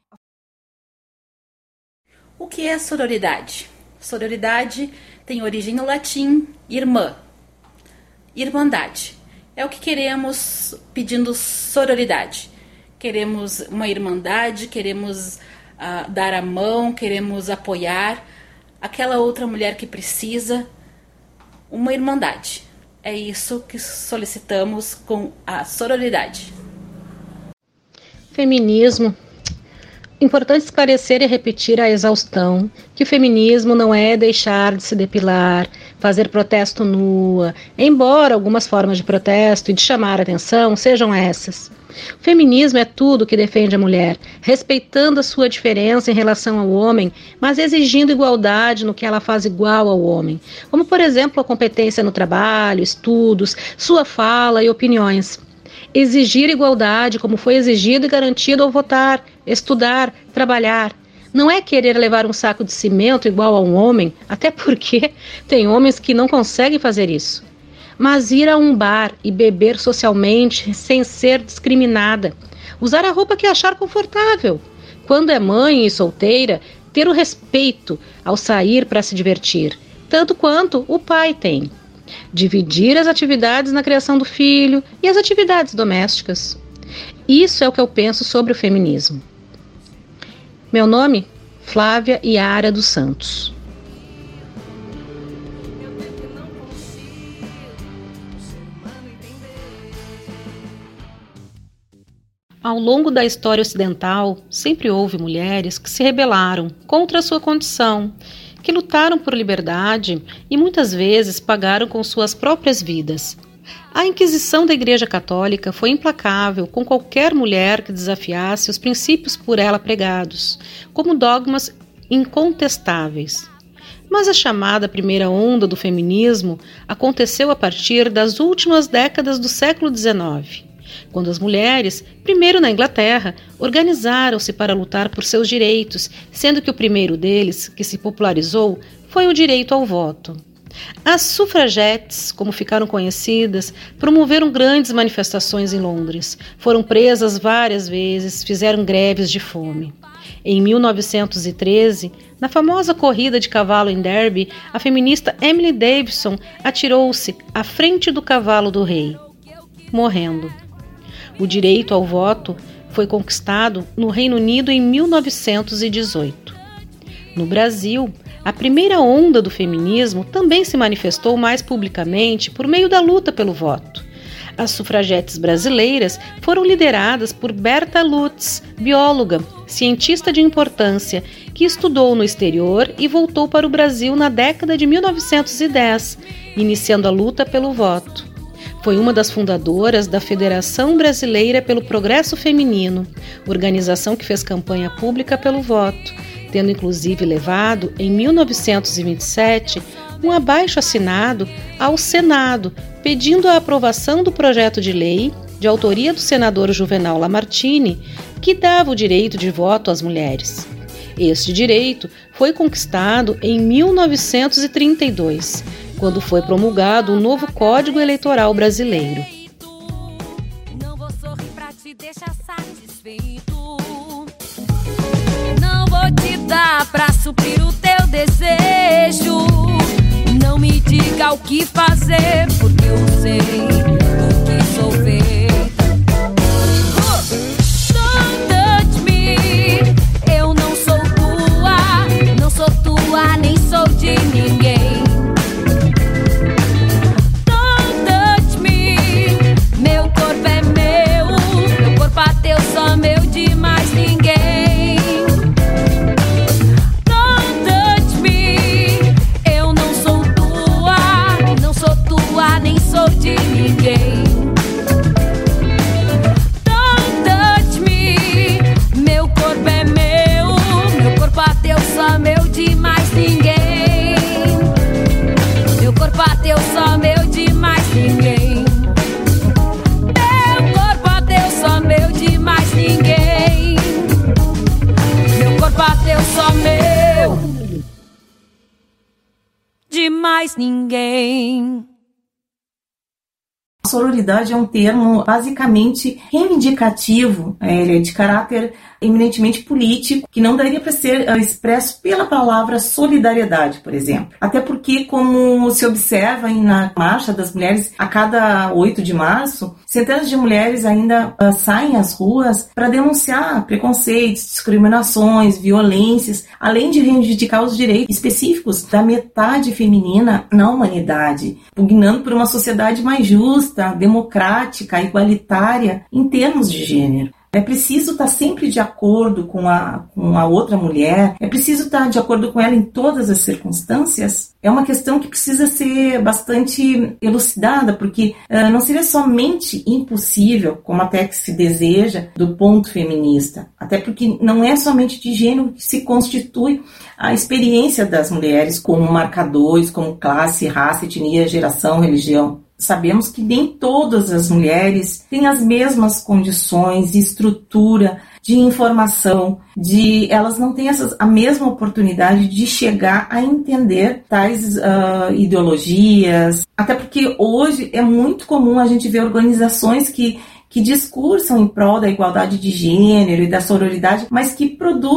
O que é sororidade? Sororidade tem origem no latim irmã, irmandade. É o que queremos pedindo sororidade. Queremos uma irmandade, queremos dar a mão, queremos apoiar aquela outra mulher que precisa. Uma irmandade. É isso que solicitamos com a sororidade. Feminismo. Importante esclarecer e repetir a exaustão que o feminismo não é deixar de se depilar, fazer protesto nua, embora algumas formas de protesto e de chamar a atenção sejam essas. O feminismo é tudo que defende a mulher, respeitando a sua diferença em relação ao homem, mas exigindo igualdade no que ela faz igual ao homem, como por exemplo a competência no trabalho, estudos, sua fala e opiniões. Exigir igualdade como foi exigido e garantido ao votar, estudar, trabalhar. Não é querer levar um saco de cimento igual a um homem, até porque tem homens que não conseguem fazer isso. Mas ir a um bar e beber socialmente sem ser discriminada. Usar a roupa que achar confortável. Quando é mãe e solteira, ter o respeito ao sair para se divertir, tanto quanto o pai tem. Dividir as atividades na criação do filho e as atividades domésticas. Isso é o que eu penso sobre o feminismo. Meu nome? Flávia Iara dos Santos. Ao longo da história ocidental, sempre houve mulheres que se rebelaram contra a sua condição, que lutaram por liberdade e muitas vezes pagaram com suas próprias vidas. A Inquisição da Igreja Católica foi implacável com qualquer mulher que desafiasse os princípios por ela pregados, como dogmas incontestáveis. Mas a chamada primeira onda do feminismo aconteceu a partir das últimas décadas do século XIX, quando as mulheres, primeiro na Inglaterra, organizaram-se para lutar por seus direitos, sendo que o primeiro deles, que se popularizou, foi o direito ao voto. As sufragettes, como ficaram conhecidas, promoveram grandes manifestações em Londres, foram presas várias vezes, fizeram greves de fome. Em 1913, Na famosa corrida de cavalo em Derby, a feminista Emily Davison atirou-se à frente do cavalo do rei, morrendo. O direito ao voto foi conquistado no Reino Unido em 1918. No Brasil, a primeira onda do feminismo também se manifestou mais publicamente por meio da luta pelo voto. As sufragetes brasileiras foram lideradas por Berta Lutz, bióloga, cientista de importância, que estudou no exterior e voltou para o Brasil na década de 1910, iniciando a luta pelo voto. Foi uma das fundadoras da Federação Brasileira pelo Progresso Feminino, organização que fez campanha pública pelo voto, tendo inclusive levado, em 1927, um abaixo-assinado ao Senado, pedindo a aprovação do projeto de lei, de autoria do senador Juvenal Lamartine, que dava o direito de voto às mulheres. Este direito foi conquistado em 1932, quando foi promulgado o novo Código Eleitoral Brasileiro. Não vou sorrir pra te deixar satisfeito. Não vou te dar pra suprir o teu desejo. Não me diga o que fazer, porque eu sei do que sou feita. Don't touch me. Eu não sou tua, nem sou de ninguém. Só meu de mais ninguém. Don't touch me. Eu não sou tua, nem sou de ninguém. Don't touch me. Meu corpo é meu corpo é teu, só meu de mais ninguém. Meu corpo é teu, só meu de mais ninguém. Bateu só meu, de mais ninguém. A sororidade é um termo basicamente reivindicativo, ele é de caráter eminentemente político, que não daria para ser expresso pela palavra solidariedade, por exemplo. Até porque, como se observa na Marcha das Mulheres, a cada 8 de março, centenas de mulheres ainda saem às ruas para denunciar preconceitos, discriminações, violências, além de reivindicar os direitos específicos da metade feminina na humanidade, pugnando por uma sociedade mais justa, democrática, igualitária em termos de gênero. É preciso estar sempre de acordo com a outra mulher, é preciso estar de acordo com ela em todas as circunstâncias. É uma questão que precisa ser bastante elucidada, porque não seria somente impossível, como até que se deseja, do ponto feminista. Até porque não é somente de gênero que se constitui a experiência das mulheres como marcadores, como classe, raça, etnia, geração, religião. Sabemos que nem todas as mulheres têm as mesmas condições e estrutura de informação, elas não têm a mesma oportunidade de chegar a entender tais ideologias, até porque hoje é muito comum a gente ver organizações que discursam em prol da igualdade de gênero e da sororidade, mas que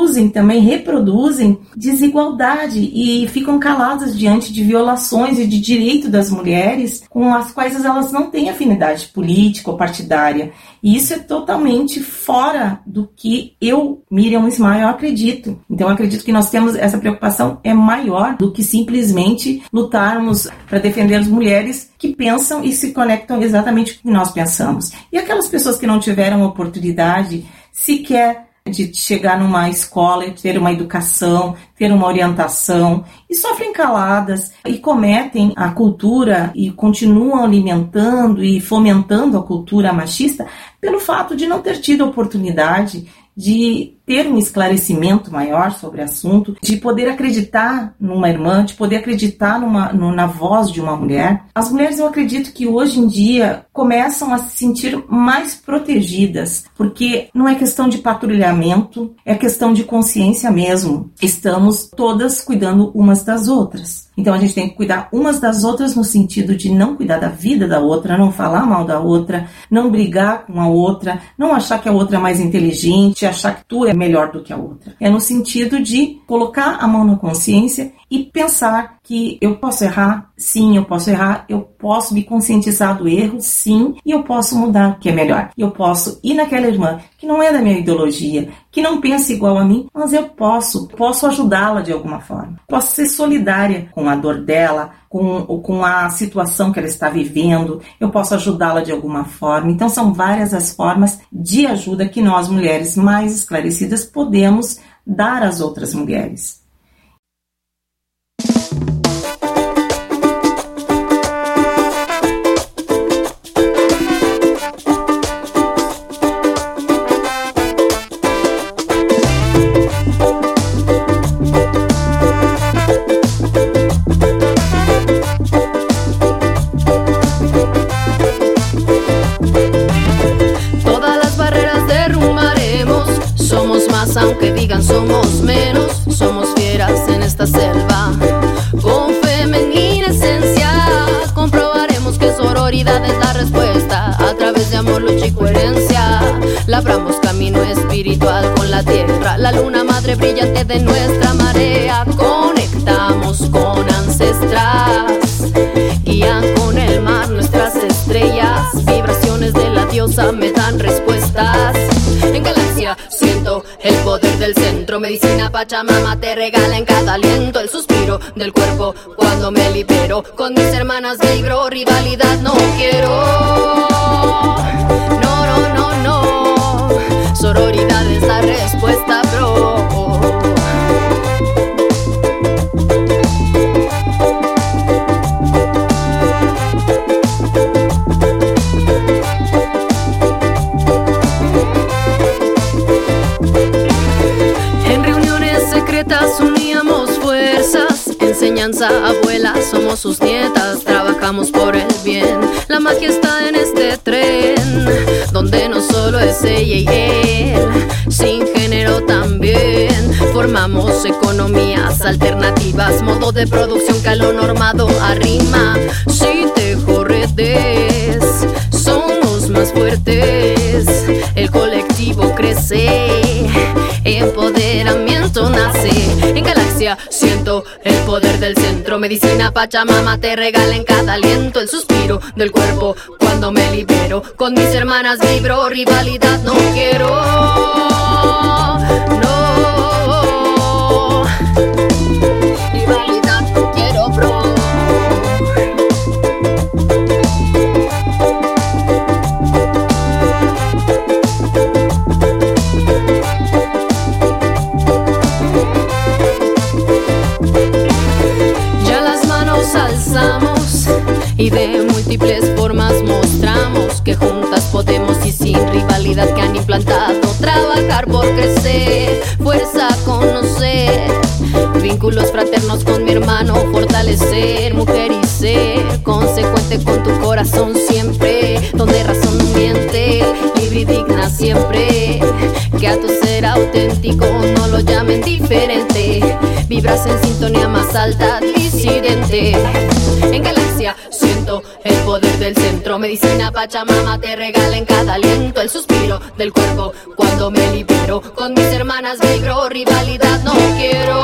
reproduzem desigualdade e ficam caladas diante de violações e de direito das mulheres com as quais elas não têm afinidade política ou partidária. E isso é totalmente fora do que eu, Miriam Ismael, acredito. Então eu acredito que nós temos essa preocupação é maior do que simplesmente lutarmos para defender as mulheres que pensam e se conectam exatamente com o que nós pensamos. E aquelas pessoas que não tiveram oportunidade sequer de chegar numa escola e ter uma educação, ter uma orientação, e sofrem caladas e cometem a cultura e continuam alimentando e fomentando a cultura machista pelo fato de não ter tido oportunidade de ter um esclarecimento maior sobre o assunto, de poder acreditar numa irmã, de poder acreditar na voz de uma mulher. As mulheres, eu acredito que hoje em dia começam a se sentir mais protegidas, porque não é questão de patrulhamento, é questão de consciência mesmo. Estamos todas cuidando umas das outras. Então a gente tem que cuidar umas das outras no sentido de não cuidar da vida da outra, não falar mal da outra, não brigar com a outra, não achar que a outra é mais inteligente, achar que tu é melhor do que a outra. É no sentido de colocar a mão na consciência e pensar que eu posso errar, sim, eu posso errar, eu posso me conscientizar do erro, sim, e eu posso mudar, que é melhor. Eu posso ir naquela irmã que não é da minha ideologia, que não pensa igual a mim, mas eu posso ajudá-la de alguma forma. Posso ser solidária com a dor dela, com a situação que ela está vivendo, eu posso ajudá-la de alguma forma. Então são várias as formas de ajuda que nós, mulheres mais esclarecidas, podemos dar às outras mulheres. Aunque digan somos menos, somos fieras en esta selva. Con femenina esencia comprobaremos que sororidad es la respuesta. A través de amor, lucha y coherencia labramos camino espiritual con la tierra. La luna madre brillante de nuestra marea. Conectamos con ancestras, guían con el mar nuestras estrellas. Vibraciones de la diosa me dan respuestas. En galaxia siento el poder del centro. Medicina Pachamama te regala en cada aliento el suspiro del cuerpo cuando me libero. Con mis hermanas vibro, rivalidad no quiero. No, no, no, no. Sororidad es la respuesta, bro. Uníamos fuerzas, enseñanza abuela, somos sus nietas, trabajamos por el bien. La magia está en este tren, donde no solo es ella y él, sin género también. Formamos economías alternativas, modo de producción que a lo normado arrima. Si tejo redes, somos más fuertes, el colectivo crece, empoderamiento nace. En galaxia siento el poder del centro. Medicina Pachamama te regala en cada aliento el suspiro del cuerpo cuando me libero. Con mis hermanas vibro, rivalidad no quiero. No, rivalidad no quiero, bro. Y de múltiples formas mostramos que juntas podemos y sin rivalidad que han implantado trabajar por crecer, fuerza conocer, vínculos fraternos con mi hermano fortalecer, mujer y ser consecuente con tu corazón siempre, donde razón no miente, libre y digna siempre, que a tu ser auténtico no lo llamen diferente, vibras en sintonía más alta, disidente. En galaxia siento el poder del centro. Medicina Pachamama te regala en cada aliento el suspiro del cuerpo cuando me libero. Con mis hermanas vibro, rivalidad no quiero.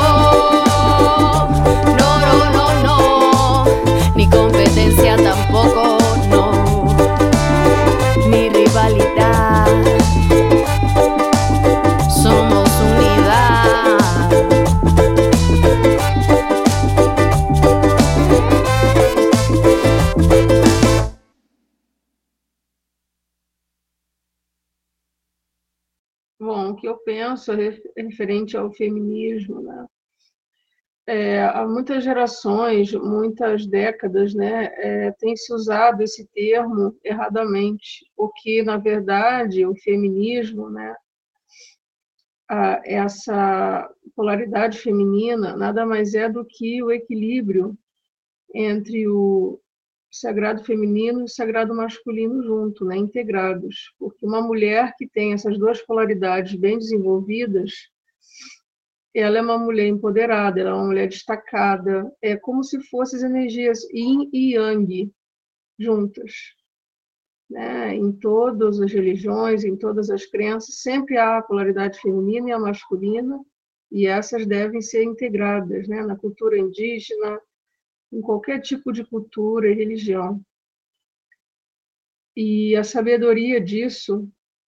No, no, no, no. Ni competencia tampoco, no. Ni rivalidad. Somos unidad. Bom, o que eu penso referente ao feminismo, né? Há muitas gerações, muitas décadas, né, tem se usado esse termo erradamente, porque, na verdade, o feminismo, né, essa polaridade feminina, nada mais é do que o equilíbrio entre o sagrado feminino e o sagrado masculino junto, né, integrados. Porque uma mulher que tem essas duas polaridades bem desenvolvidas, ela é uma mulher empoderada, ela é uma mulher destacada, é como se fossem as energias yin e yang juntas. né? Em todas as religiões, em todas as crenças, sempre há a polaridade feminina e a masculina, e essas devem ser integradas, né? Na cultura indígena, em qualquer tipo de cultura e religião. E a sabedoria disso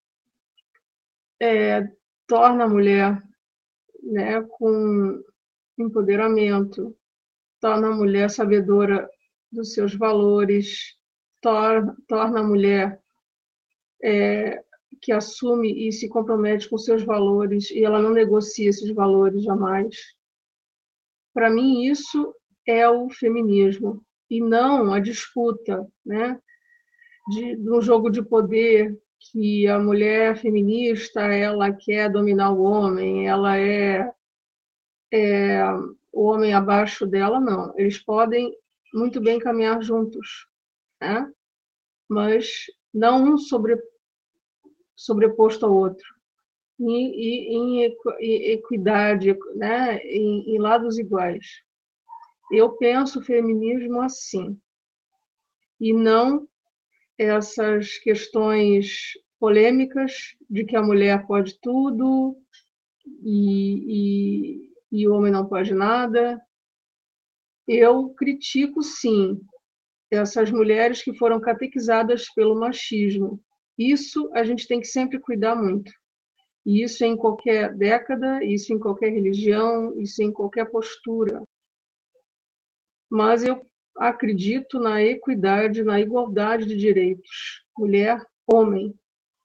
torna a mulher, né, com empoderamento, torna a mulher sabedora dos seus valores, torna a mulher que assume e se compromete com seus valores, e ela não negocia esses valores jamais. Para mim, isso é o feminismo, e não a disputa, né, de um jogo de poder que a mulher feminista ela quer dominar o homem, ela é o homem abaixo dela, não. Eles podem muito bem caminhar juntos, né? Mas não um sobreposto ao outro, em equidade, né? Em lados iguais. Eu penso o feminismo assim, e não essas questões polêmicas de que a mulher pode tudo e o homem não pode nada. Eu critico, sim, essas mulheres que foram catequizadas pelo machismo. Isso a gente tem que sempre cuidar muito. E isso em qualquer década, isso em qualquer religião, isso em qualquer postura. Mas eu acredito na equidade, na igualdade de direitos, mulher, homem.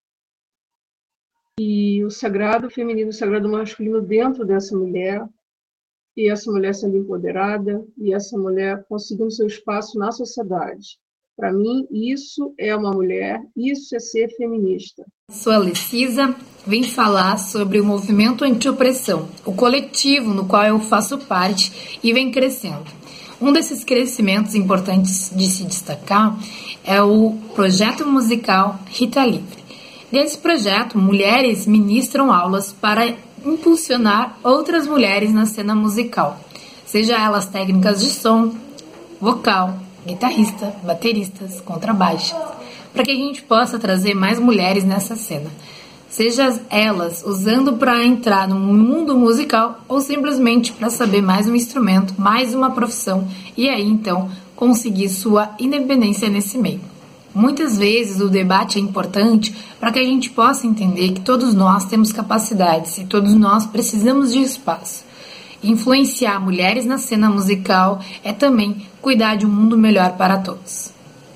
E o sagrado feminino, o sagrado masculino dentro dessa mulher, e essa mulher sendo empoderada, e essa mulher conseguindo seu espaço na sociedade. Para mim, isso é uma mulher, isso é ser feminista. Sou a Lecisa, vim falar sobre o movimento anti-opressão, o coletivo no qual eu faço parte e vem crescendo. Um desses crescimentos importantes de se destacar é o projeto musical Rita Livre. Nesse projeto, mulheres ministram aulas para impulsionar outras mulheres na cena musical, seja elas técnicas de som, vocal, guitarrista, bateristas, contrabaixas, para que a gente possa trazer mais mulheres nessa cena, seja elas usando para entrar no mundo musical ou simplesmente para saber mais um instrumento, mais uma profissão e aí então conseguir sua independência nesse meio. Muitas vezes o debate é importante para que a gente possa entender que todos nós temos capacidades e todos nós precisamos de espaço. Influenciar mulheres na cena musical é também cuidar de um mundo melhor para todos.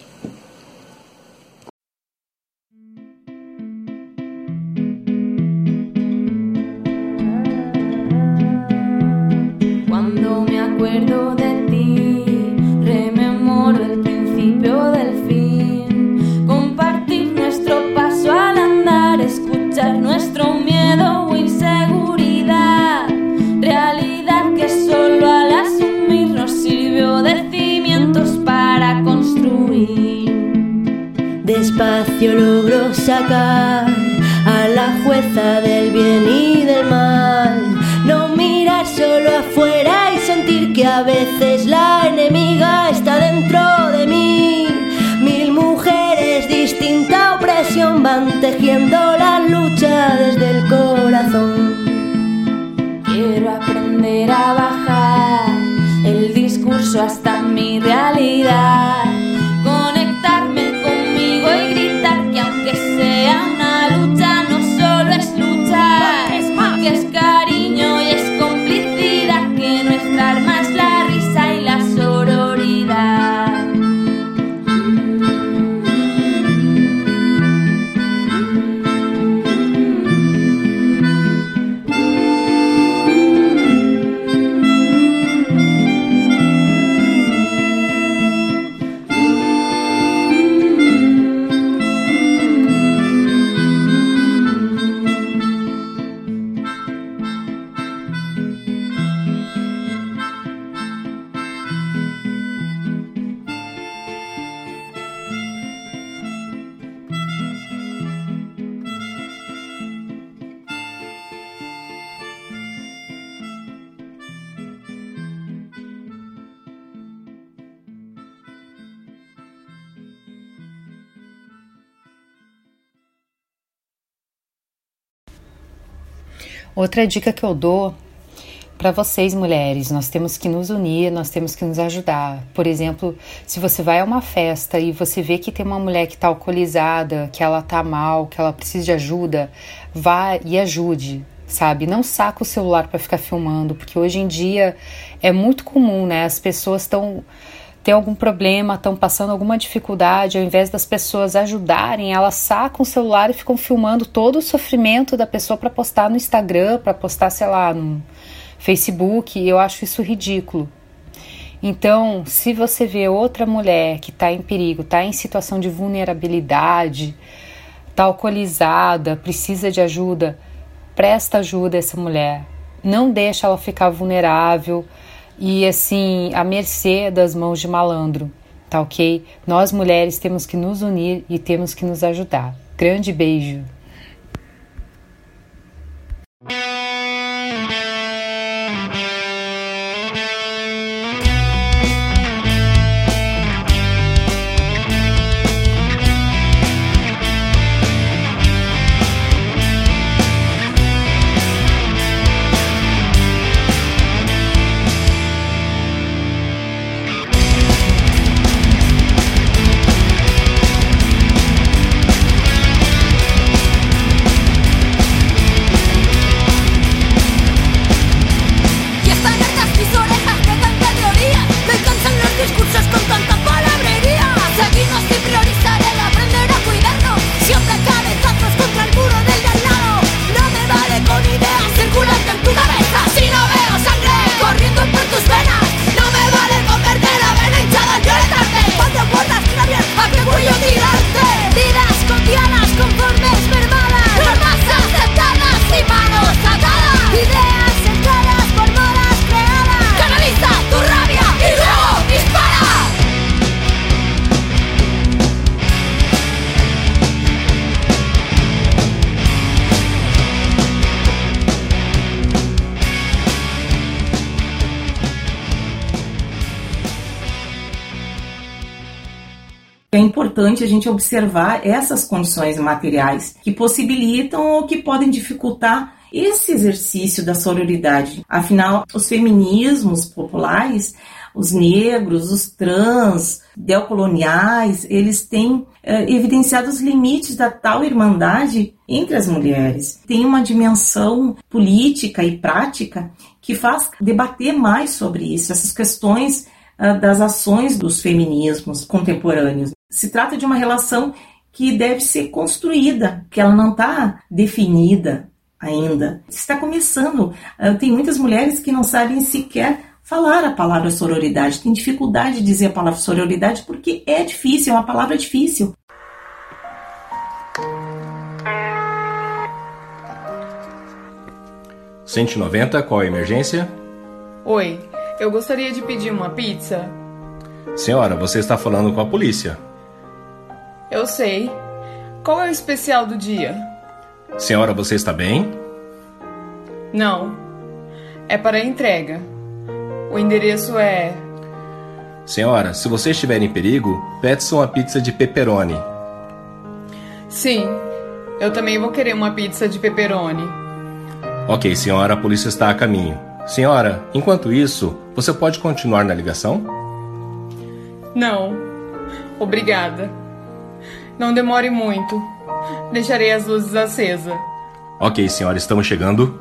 Cuando me acuerdo de ti, rememoro el principio del fin. Compartir nuestro paso al andar, escuchar nuestro miedo o inseguridad. Realidad que solo al asumir nos sirvió de cimientos para construir. Despacio logro sacar a la jueza del bien y del mal. No mirar solo afuera y sentir que a veces la enemiga está dentro de mí. Mil mujeres, distinta opresión, van tejiendo la lucha desde el corazón. Quiero aprender a bajar el discurso hasta mi realidad. Conectarme conmigo y gritar que aunque sea una lucha, no solo es luchar, que es cariño y es complicidad, que nuestra arma es la risa y la sororidad. Outra dica que eu dou para vocês, mulheres, nós temos que nos unir, nós temos que nos ajudar. Por exemplo, se você vai a uma festa e você vê que tem uma mulher que está alcoolizada, que ela está mal, que ela precisa de ajuda, vá e ajude, sabe? Não saca o celular para ficar filmando, porque hoje em dia é muito comum, né? As pessoas têm algum problema, estão passando alguma dificuldade, ao invés das pessoas ajudarem, elas sacam o celular e ficam filmando todo o sofrimento da pessoa para postar no Instagram, para postar, sei lá, no Facebook, e eu acho isso ridículo. Então, se você vê outra mulher que está em perigo, está em situação de vulnerabilidade, está alcoolizada, precisa de ajuda, presta ajuda a essa mulher. Não deixa ela ficar vulnerável e assim, à mercê das mãos de malandro, tá ok? Nós mulheres temos que nos unir e temos que nos ajudar. Grande beijo! É importante a gente observar essas condições materiais que possibilitam ou que podem dificultar esse exercício da sororidade. Afinal, os feminismos populares, os negros, os trans, decoloniais, eles têm evidenciado os limites da tal irmandade entre as mulheres. Tem uma dimensão política e prática que faz debater mais sobre isso, essas questões das ações dos feminismos contemporâneos. Se trata de uma relação que deve ser construída, que ela não está definida ainda. Está começando. Tem muitas mulheres que não sabem sequer falar a palavra sororidade, tem dificuldade de dizer a palavra sororidade porque é difícil, é uma palavra difícil. R$190, qual é a emergência? Oi, eu gostaria de pedir uma pizza. Senhora, você está falando com a polícia. Eu sei. Qual é o especial do dia? Senhora, você está bem? Não. É para entrega. O endereço é... Senhora, se você estiver em perigo, peça uma pizza de pepperoni. Sim, eu também vou querer uma pizza de pepperoni. Ok, senhora, a polícia está a caminho. Senhora, enquanto isso, você pode continuar na ligação? Não. Obrigada. Não demore muito. Deixarei as luzes acesas. Ok, senhora, estamos chegando.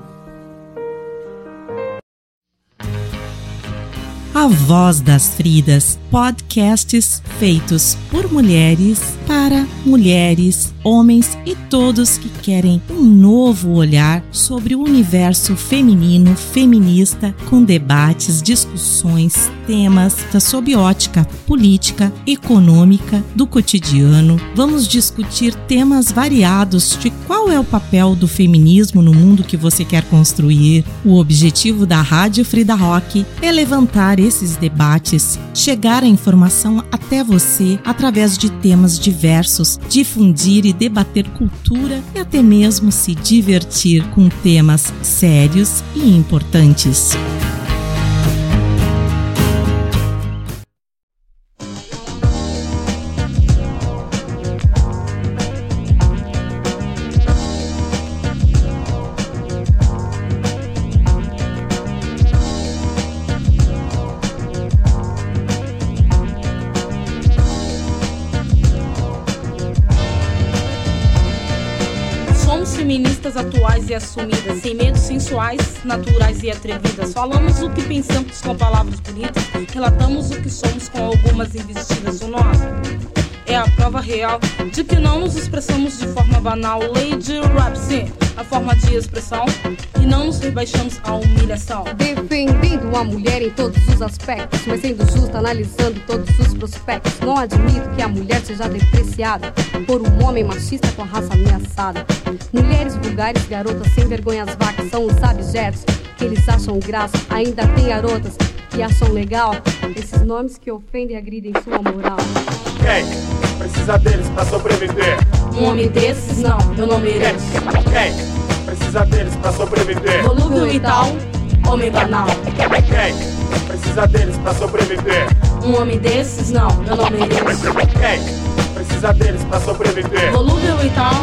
A Voz das Fridas, podcasts feitos por mulheres, para mulheres, homens e todos que querem um novo olhar sobre o universo feminino, feminista, com debates, discussões, temas sob ótica política, econômica, do cotidiano. Vamos discutir temas variados de qual é o papel do feminismo no mundo que você quer construir. O objetivo da Rádio Frida Rock é levantar esses debates, chegar a informação até você através de temas diversos, difundir e debater cultura e até mesmo se divertir com temas sérios e importantes. feministas atuais e assumidas, sem medos sensuais, naturais e atrevidas. Falamos o que pensamos com palavras bonitas, relatamos o que somos com algumas investidas. O nome é a prova real de que não nos expressamos de forma banal. Lady Rap, sim, a forma de expressão, e não nos rebaixamos à humilhação. Defendendo a mulher em todos os aspectos, mas sendo justa, analisando todos os prospectos. Não admito que a mulher seja depreciada por um homem machista com a raça ameaçada. Mulheres vulgares, garotas sem vergonhas vacas, são os abjetos que eles acham graça. Ainda tem garotas que acham legal esses nomes que ofendem e agridem sua moral. Quem precisa deles pra sobreviver? Um homem desses, não, eu não mereço. Quem precisa deles pra sobreviver? Volúvel e tal, homem banal. Quem precisa deles pra sobreviver? Um homem desses, não, eu não mereço. Quem precisa deles pra sobreviver? Volúvel e tal.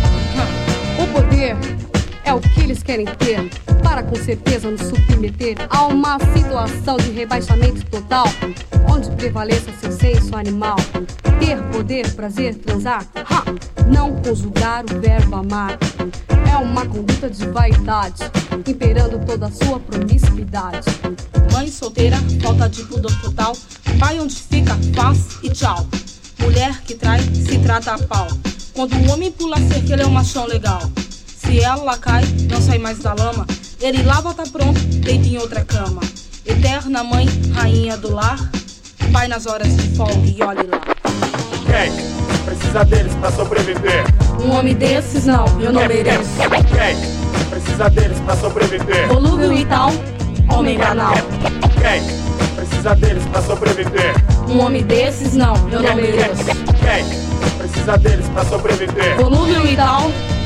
O poder é o que eles querem ter, para com certeza nos submeter a uma situação de rebaixamento total, onde prevaleça seu senso animal. Ter poder, prazer, transar, não conjugar o verbo amar. É uma conduta de vaidade, imperando toda a sua promiscuidade. Mãe solteira, falta de pudor total. Pai onde fica, faz e tchau. Mulher que trai, se trata a pau. Quando um homem pula cerca, ele é um machão legal. Se ela cai, não sai mais da lama. Ele lava, tá pronto, deita em outra cama. Eterna mãe, rainha do lar. Pai nas horas de folga e olhe lá. Quem precisa deles pra sobreviver? Um homem desses, não, eu não mereço. Quem precisa deles pra sobreviver? Volúvel e tal, homem banal. Quem precisa deles pra sobreviver? Um homem desses, não, eu não mereço. Quem precisa deles pra sobreviver? Volúvel e tal.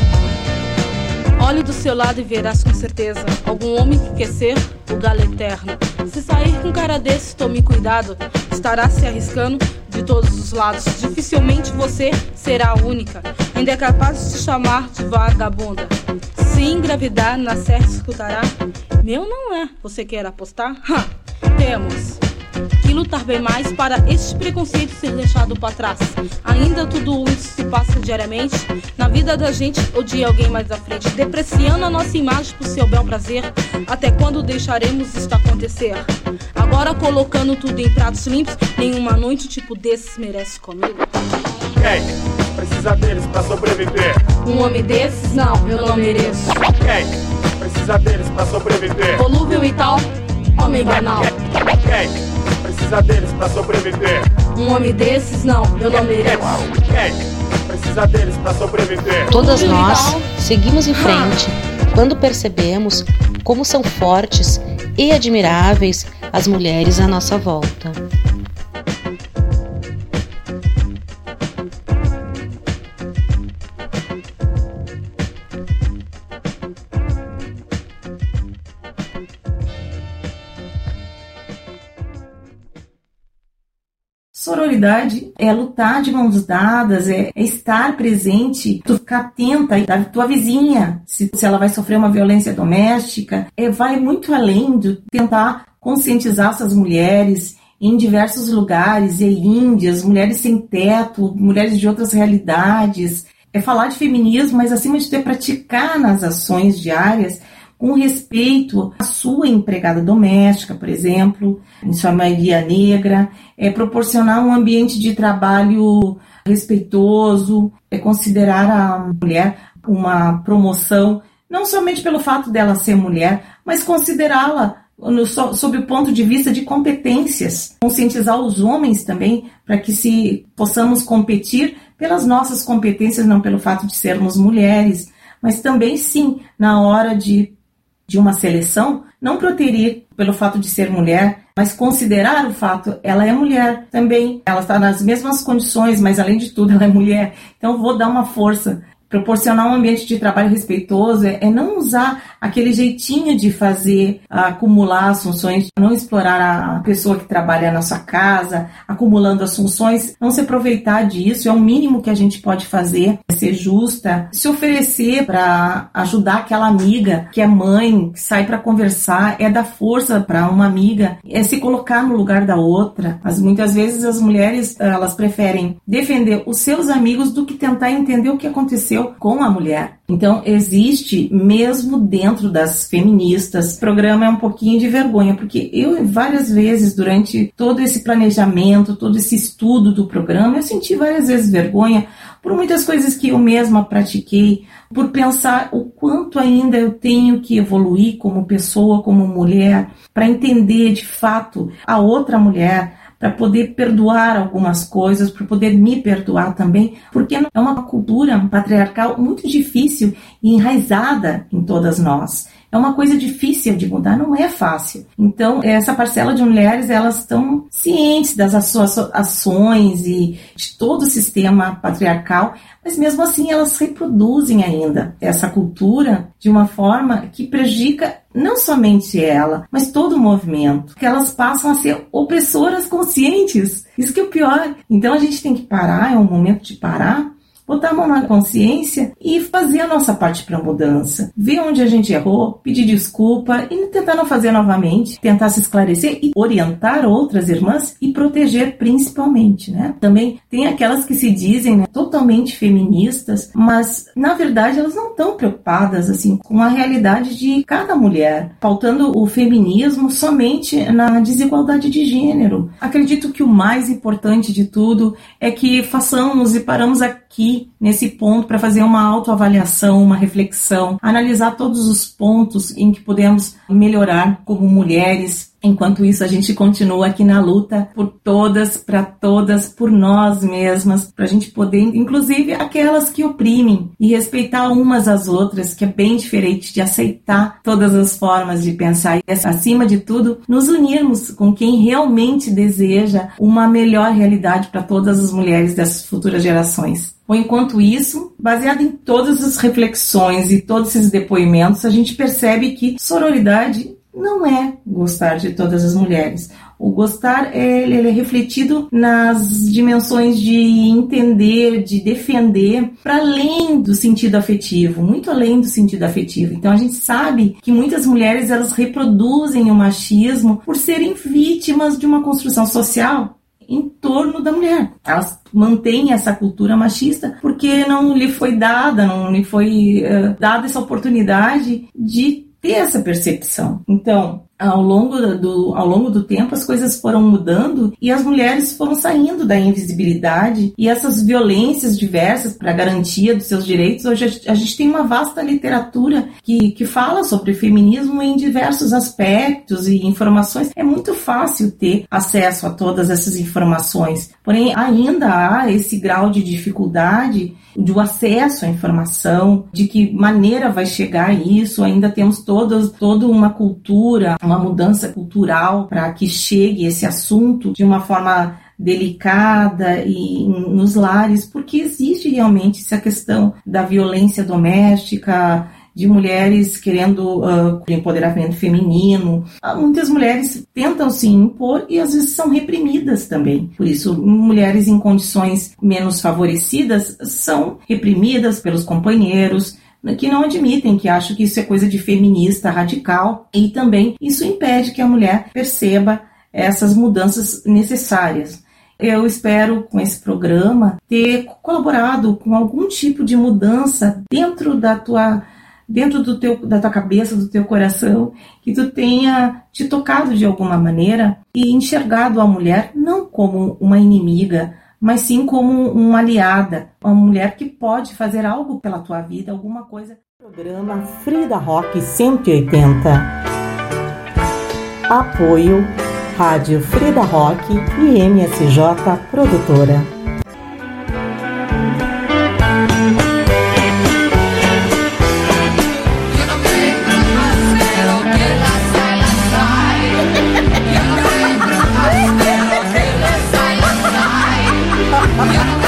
Olhe do seu lado e verás com certeza algum homem que quer ser o galo eterno. Se sair com um cara desse, tome cuidado, estará se arriscando de todos os lados. Dificilmente você será a única, ainda é capaz de te chamar de vagabunda. Se engravidar, na certa escutará: meu não é, você quer apostar? Temos que lutar bem mais para este preconceito ser deixado para trás. Ainda tudo isso se passa diariamente na vida da gente ou de alguém mais à frente, depreciando a nossa imagem por seu bel prazer. Até quando deixaremos isso acontecer? Agora colocando tudo em pratos limpos, nenhuma noite tipo desses merece comigo. Quem precisa deles pra sobreviver? Um homem desses, não, eu não mereço. Quem precisa deles pra sobreviver? Volúvel e tal, homem banal. Quem precisa deles pra sobreviver? Um homem desses, não, eu não mereço. Quem precisa deles pra sobreviver? Todas nós seguimos em frente quando percebemos como são fortes e admiráveis as mulheres à nossa volta. Sororidade é lutar de mãos dadas, é estar presente, tu ficar atenta da tua vizinha, se ela vai sofrer uma violência doméstica, vai muito além de tentar conscientizar essas mulheres em diversos lugares, índias, mulheres sem teto, mulheres de outras realidades, é falar de feminismo, mas acima de tudo é praticar nas ações diárias com respeito à sua empregada doméstica, por exemplo, em sua maioria negra, é proporcionar um ambiente de trabalho respeitoso, é considerar a mulher uma promoção, não somente pelo fato dela ser mulher, mas considerá-la sob o ponto de vista de competências, conscientizar os homens também, para que possamos competir pelas nossas competências, não pelo fato de sermos mulheres, mas também sim, na hora de uma seleção, não proteger pelo fato de ser mulher, mas considerar o fato, ela é mulher também, ela está nas mesmas condições, mas além de tudo ela é mulher, então vou dar uma força. Proporcionar um ambiente de trabalho respeitoso é não usar aquele jeitinho de fazer, acumular as funções, não explorar a pessoa que trabalha na sua casa, acumulando as funções, não se aproveitar disso, é o mínimo que a gente pode fazer, é ser justa, se oferecer para ajudar aquela amiga que é mãe, que sai para conversar, é dar força para uma amiga, é se colocar no lugar da outra. Muitas vezes as mulheres, elas preferem defender os seus amigos do que tentar entender o que aconteceu nasceu com a mulher. Então, existe, mesmo dentro das feministas, o programa é um pouquinho de vergonha, porque eu, várias vezes, durante todo esse planejamento, todo esse estudo do programa, eu senti várias vezes vergonha por muitas coisas que eu mesma pratiquei, por pensar o quanto ainda eu tenho que evoluir como pessoa, como mulher, para entender de fato a outra mulher, para poder perdoar algumas coisas, para poder me perdoar também, porque é uma cultura patriarcal muito difícil e enraizada em todas nós. É uma coisa difícil de mudar, não é fácil. Então, essa parcela de mulheres, elas estão cientes das suas ações e de todo o sistema patriarcal, mas mesmo assim elas reproduzem ainda essa cultura de uma forma que prejudica não somente ela, mas todo o movimento, que elas passam a ser opressoras conscientes. Isso que é o pior. Então a gente tem que parar, é um momento de parar, botar a mão na consciência e fazer a nossa parte para a mudança. Ver onde a gente errou, pedir desculpa e tentar não fazer novamente, tentar se esclarecer e orientar outras irmãs e proteger principalmente, né? Também tem aquelas que se dizem, né, totalmente feministas, mas na verdade elas não estão preocupadas assim com a realidade de cada mulher, pautando o feminismo somente na desigualdade de gênero. Acredito que o mais importante de tudo é que façamos e paramos aqui nesse ponto para fazer uma autoavaliação, uma reflexão, analisar todos os pontos em que podemos melhorar como mulheres. Enquanto isso, a gente continua aqui na luta por todas, para todas, por nós mesmas, para a gente poder, inclusive aquelas que oprimem, e respeitar umas às outras, que é bem diferente de aceitar todas as formas de pensar. E, acima de tudo, nos unirmos com quem realmente deseja uma melhor realidade para todas as mulheres das futuras gerações. Ou enquanto isso, baseado em todas as reflexões e todos esses depoimentos, a gente percebe que sororidade não é gostar de todas as mulheres. O gostar ele é refletido nas dimensões de entender, de defender, para além do sentido afetivo, muito além do sentido afetivo. Então a gente sabe que muitas mulheres elas reproduzem o machismo por serem vítimas de uma construção social em torno da mulher. Elas mantêm essa cultura machista porque não lhe foi dada, não lhe foi dada essa oportunidade de ter essa percepção. Então, ao longo do tempo, as coisas foram mudando e as mulheres foram saindo da invisibilidade e essas violências diversas para a garantia dos seus direitos. Hoje a gente tem uma vasta literatura que fala sobre feminismo em diversos aspectos e informações. É muito fácil ter acesso a todas essas informações, porém ainda há esse grau de dificuldade do acesso à informação, de que maneira vai chegar isso. Ainda temos toda uma cultura, uma mudança cultural para que chegue esse assunto de uma forma delicada e nos lares, porque existe realmente essa questão da violência doméstica, de mulheres querendo empoderamento feminino. Muitas mulheres tentam se impor e às vezes são reprimidas também. Por isso, mulheres em condições menos favorecidas são reprimidas pelos companheiros, que não admitem, que acham que isso é coisa de feminista radical, e também isso impede que a mulher perceba essas mudanças necessárias. Eu espero, com esse programa, ter colaborado com algum tipo de mudança dentro da tua cabeça, do teu coração, que tu tenha te tocado de alguma maneira e enxergado a mulher não como uma inimiga, mas sim como uma aliada, uma mulher que pode fazer algo pela tua vida, alguma coisa. Programa Frida Rock 180. Apoio Rádio Frida Rock e MSJ Produtora. Yeah.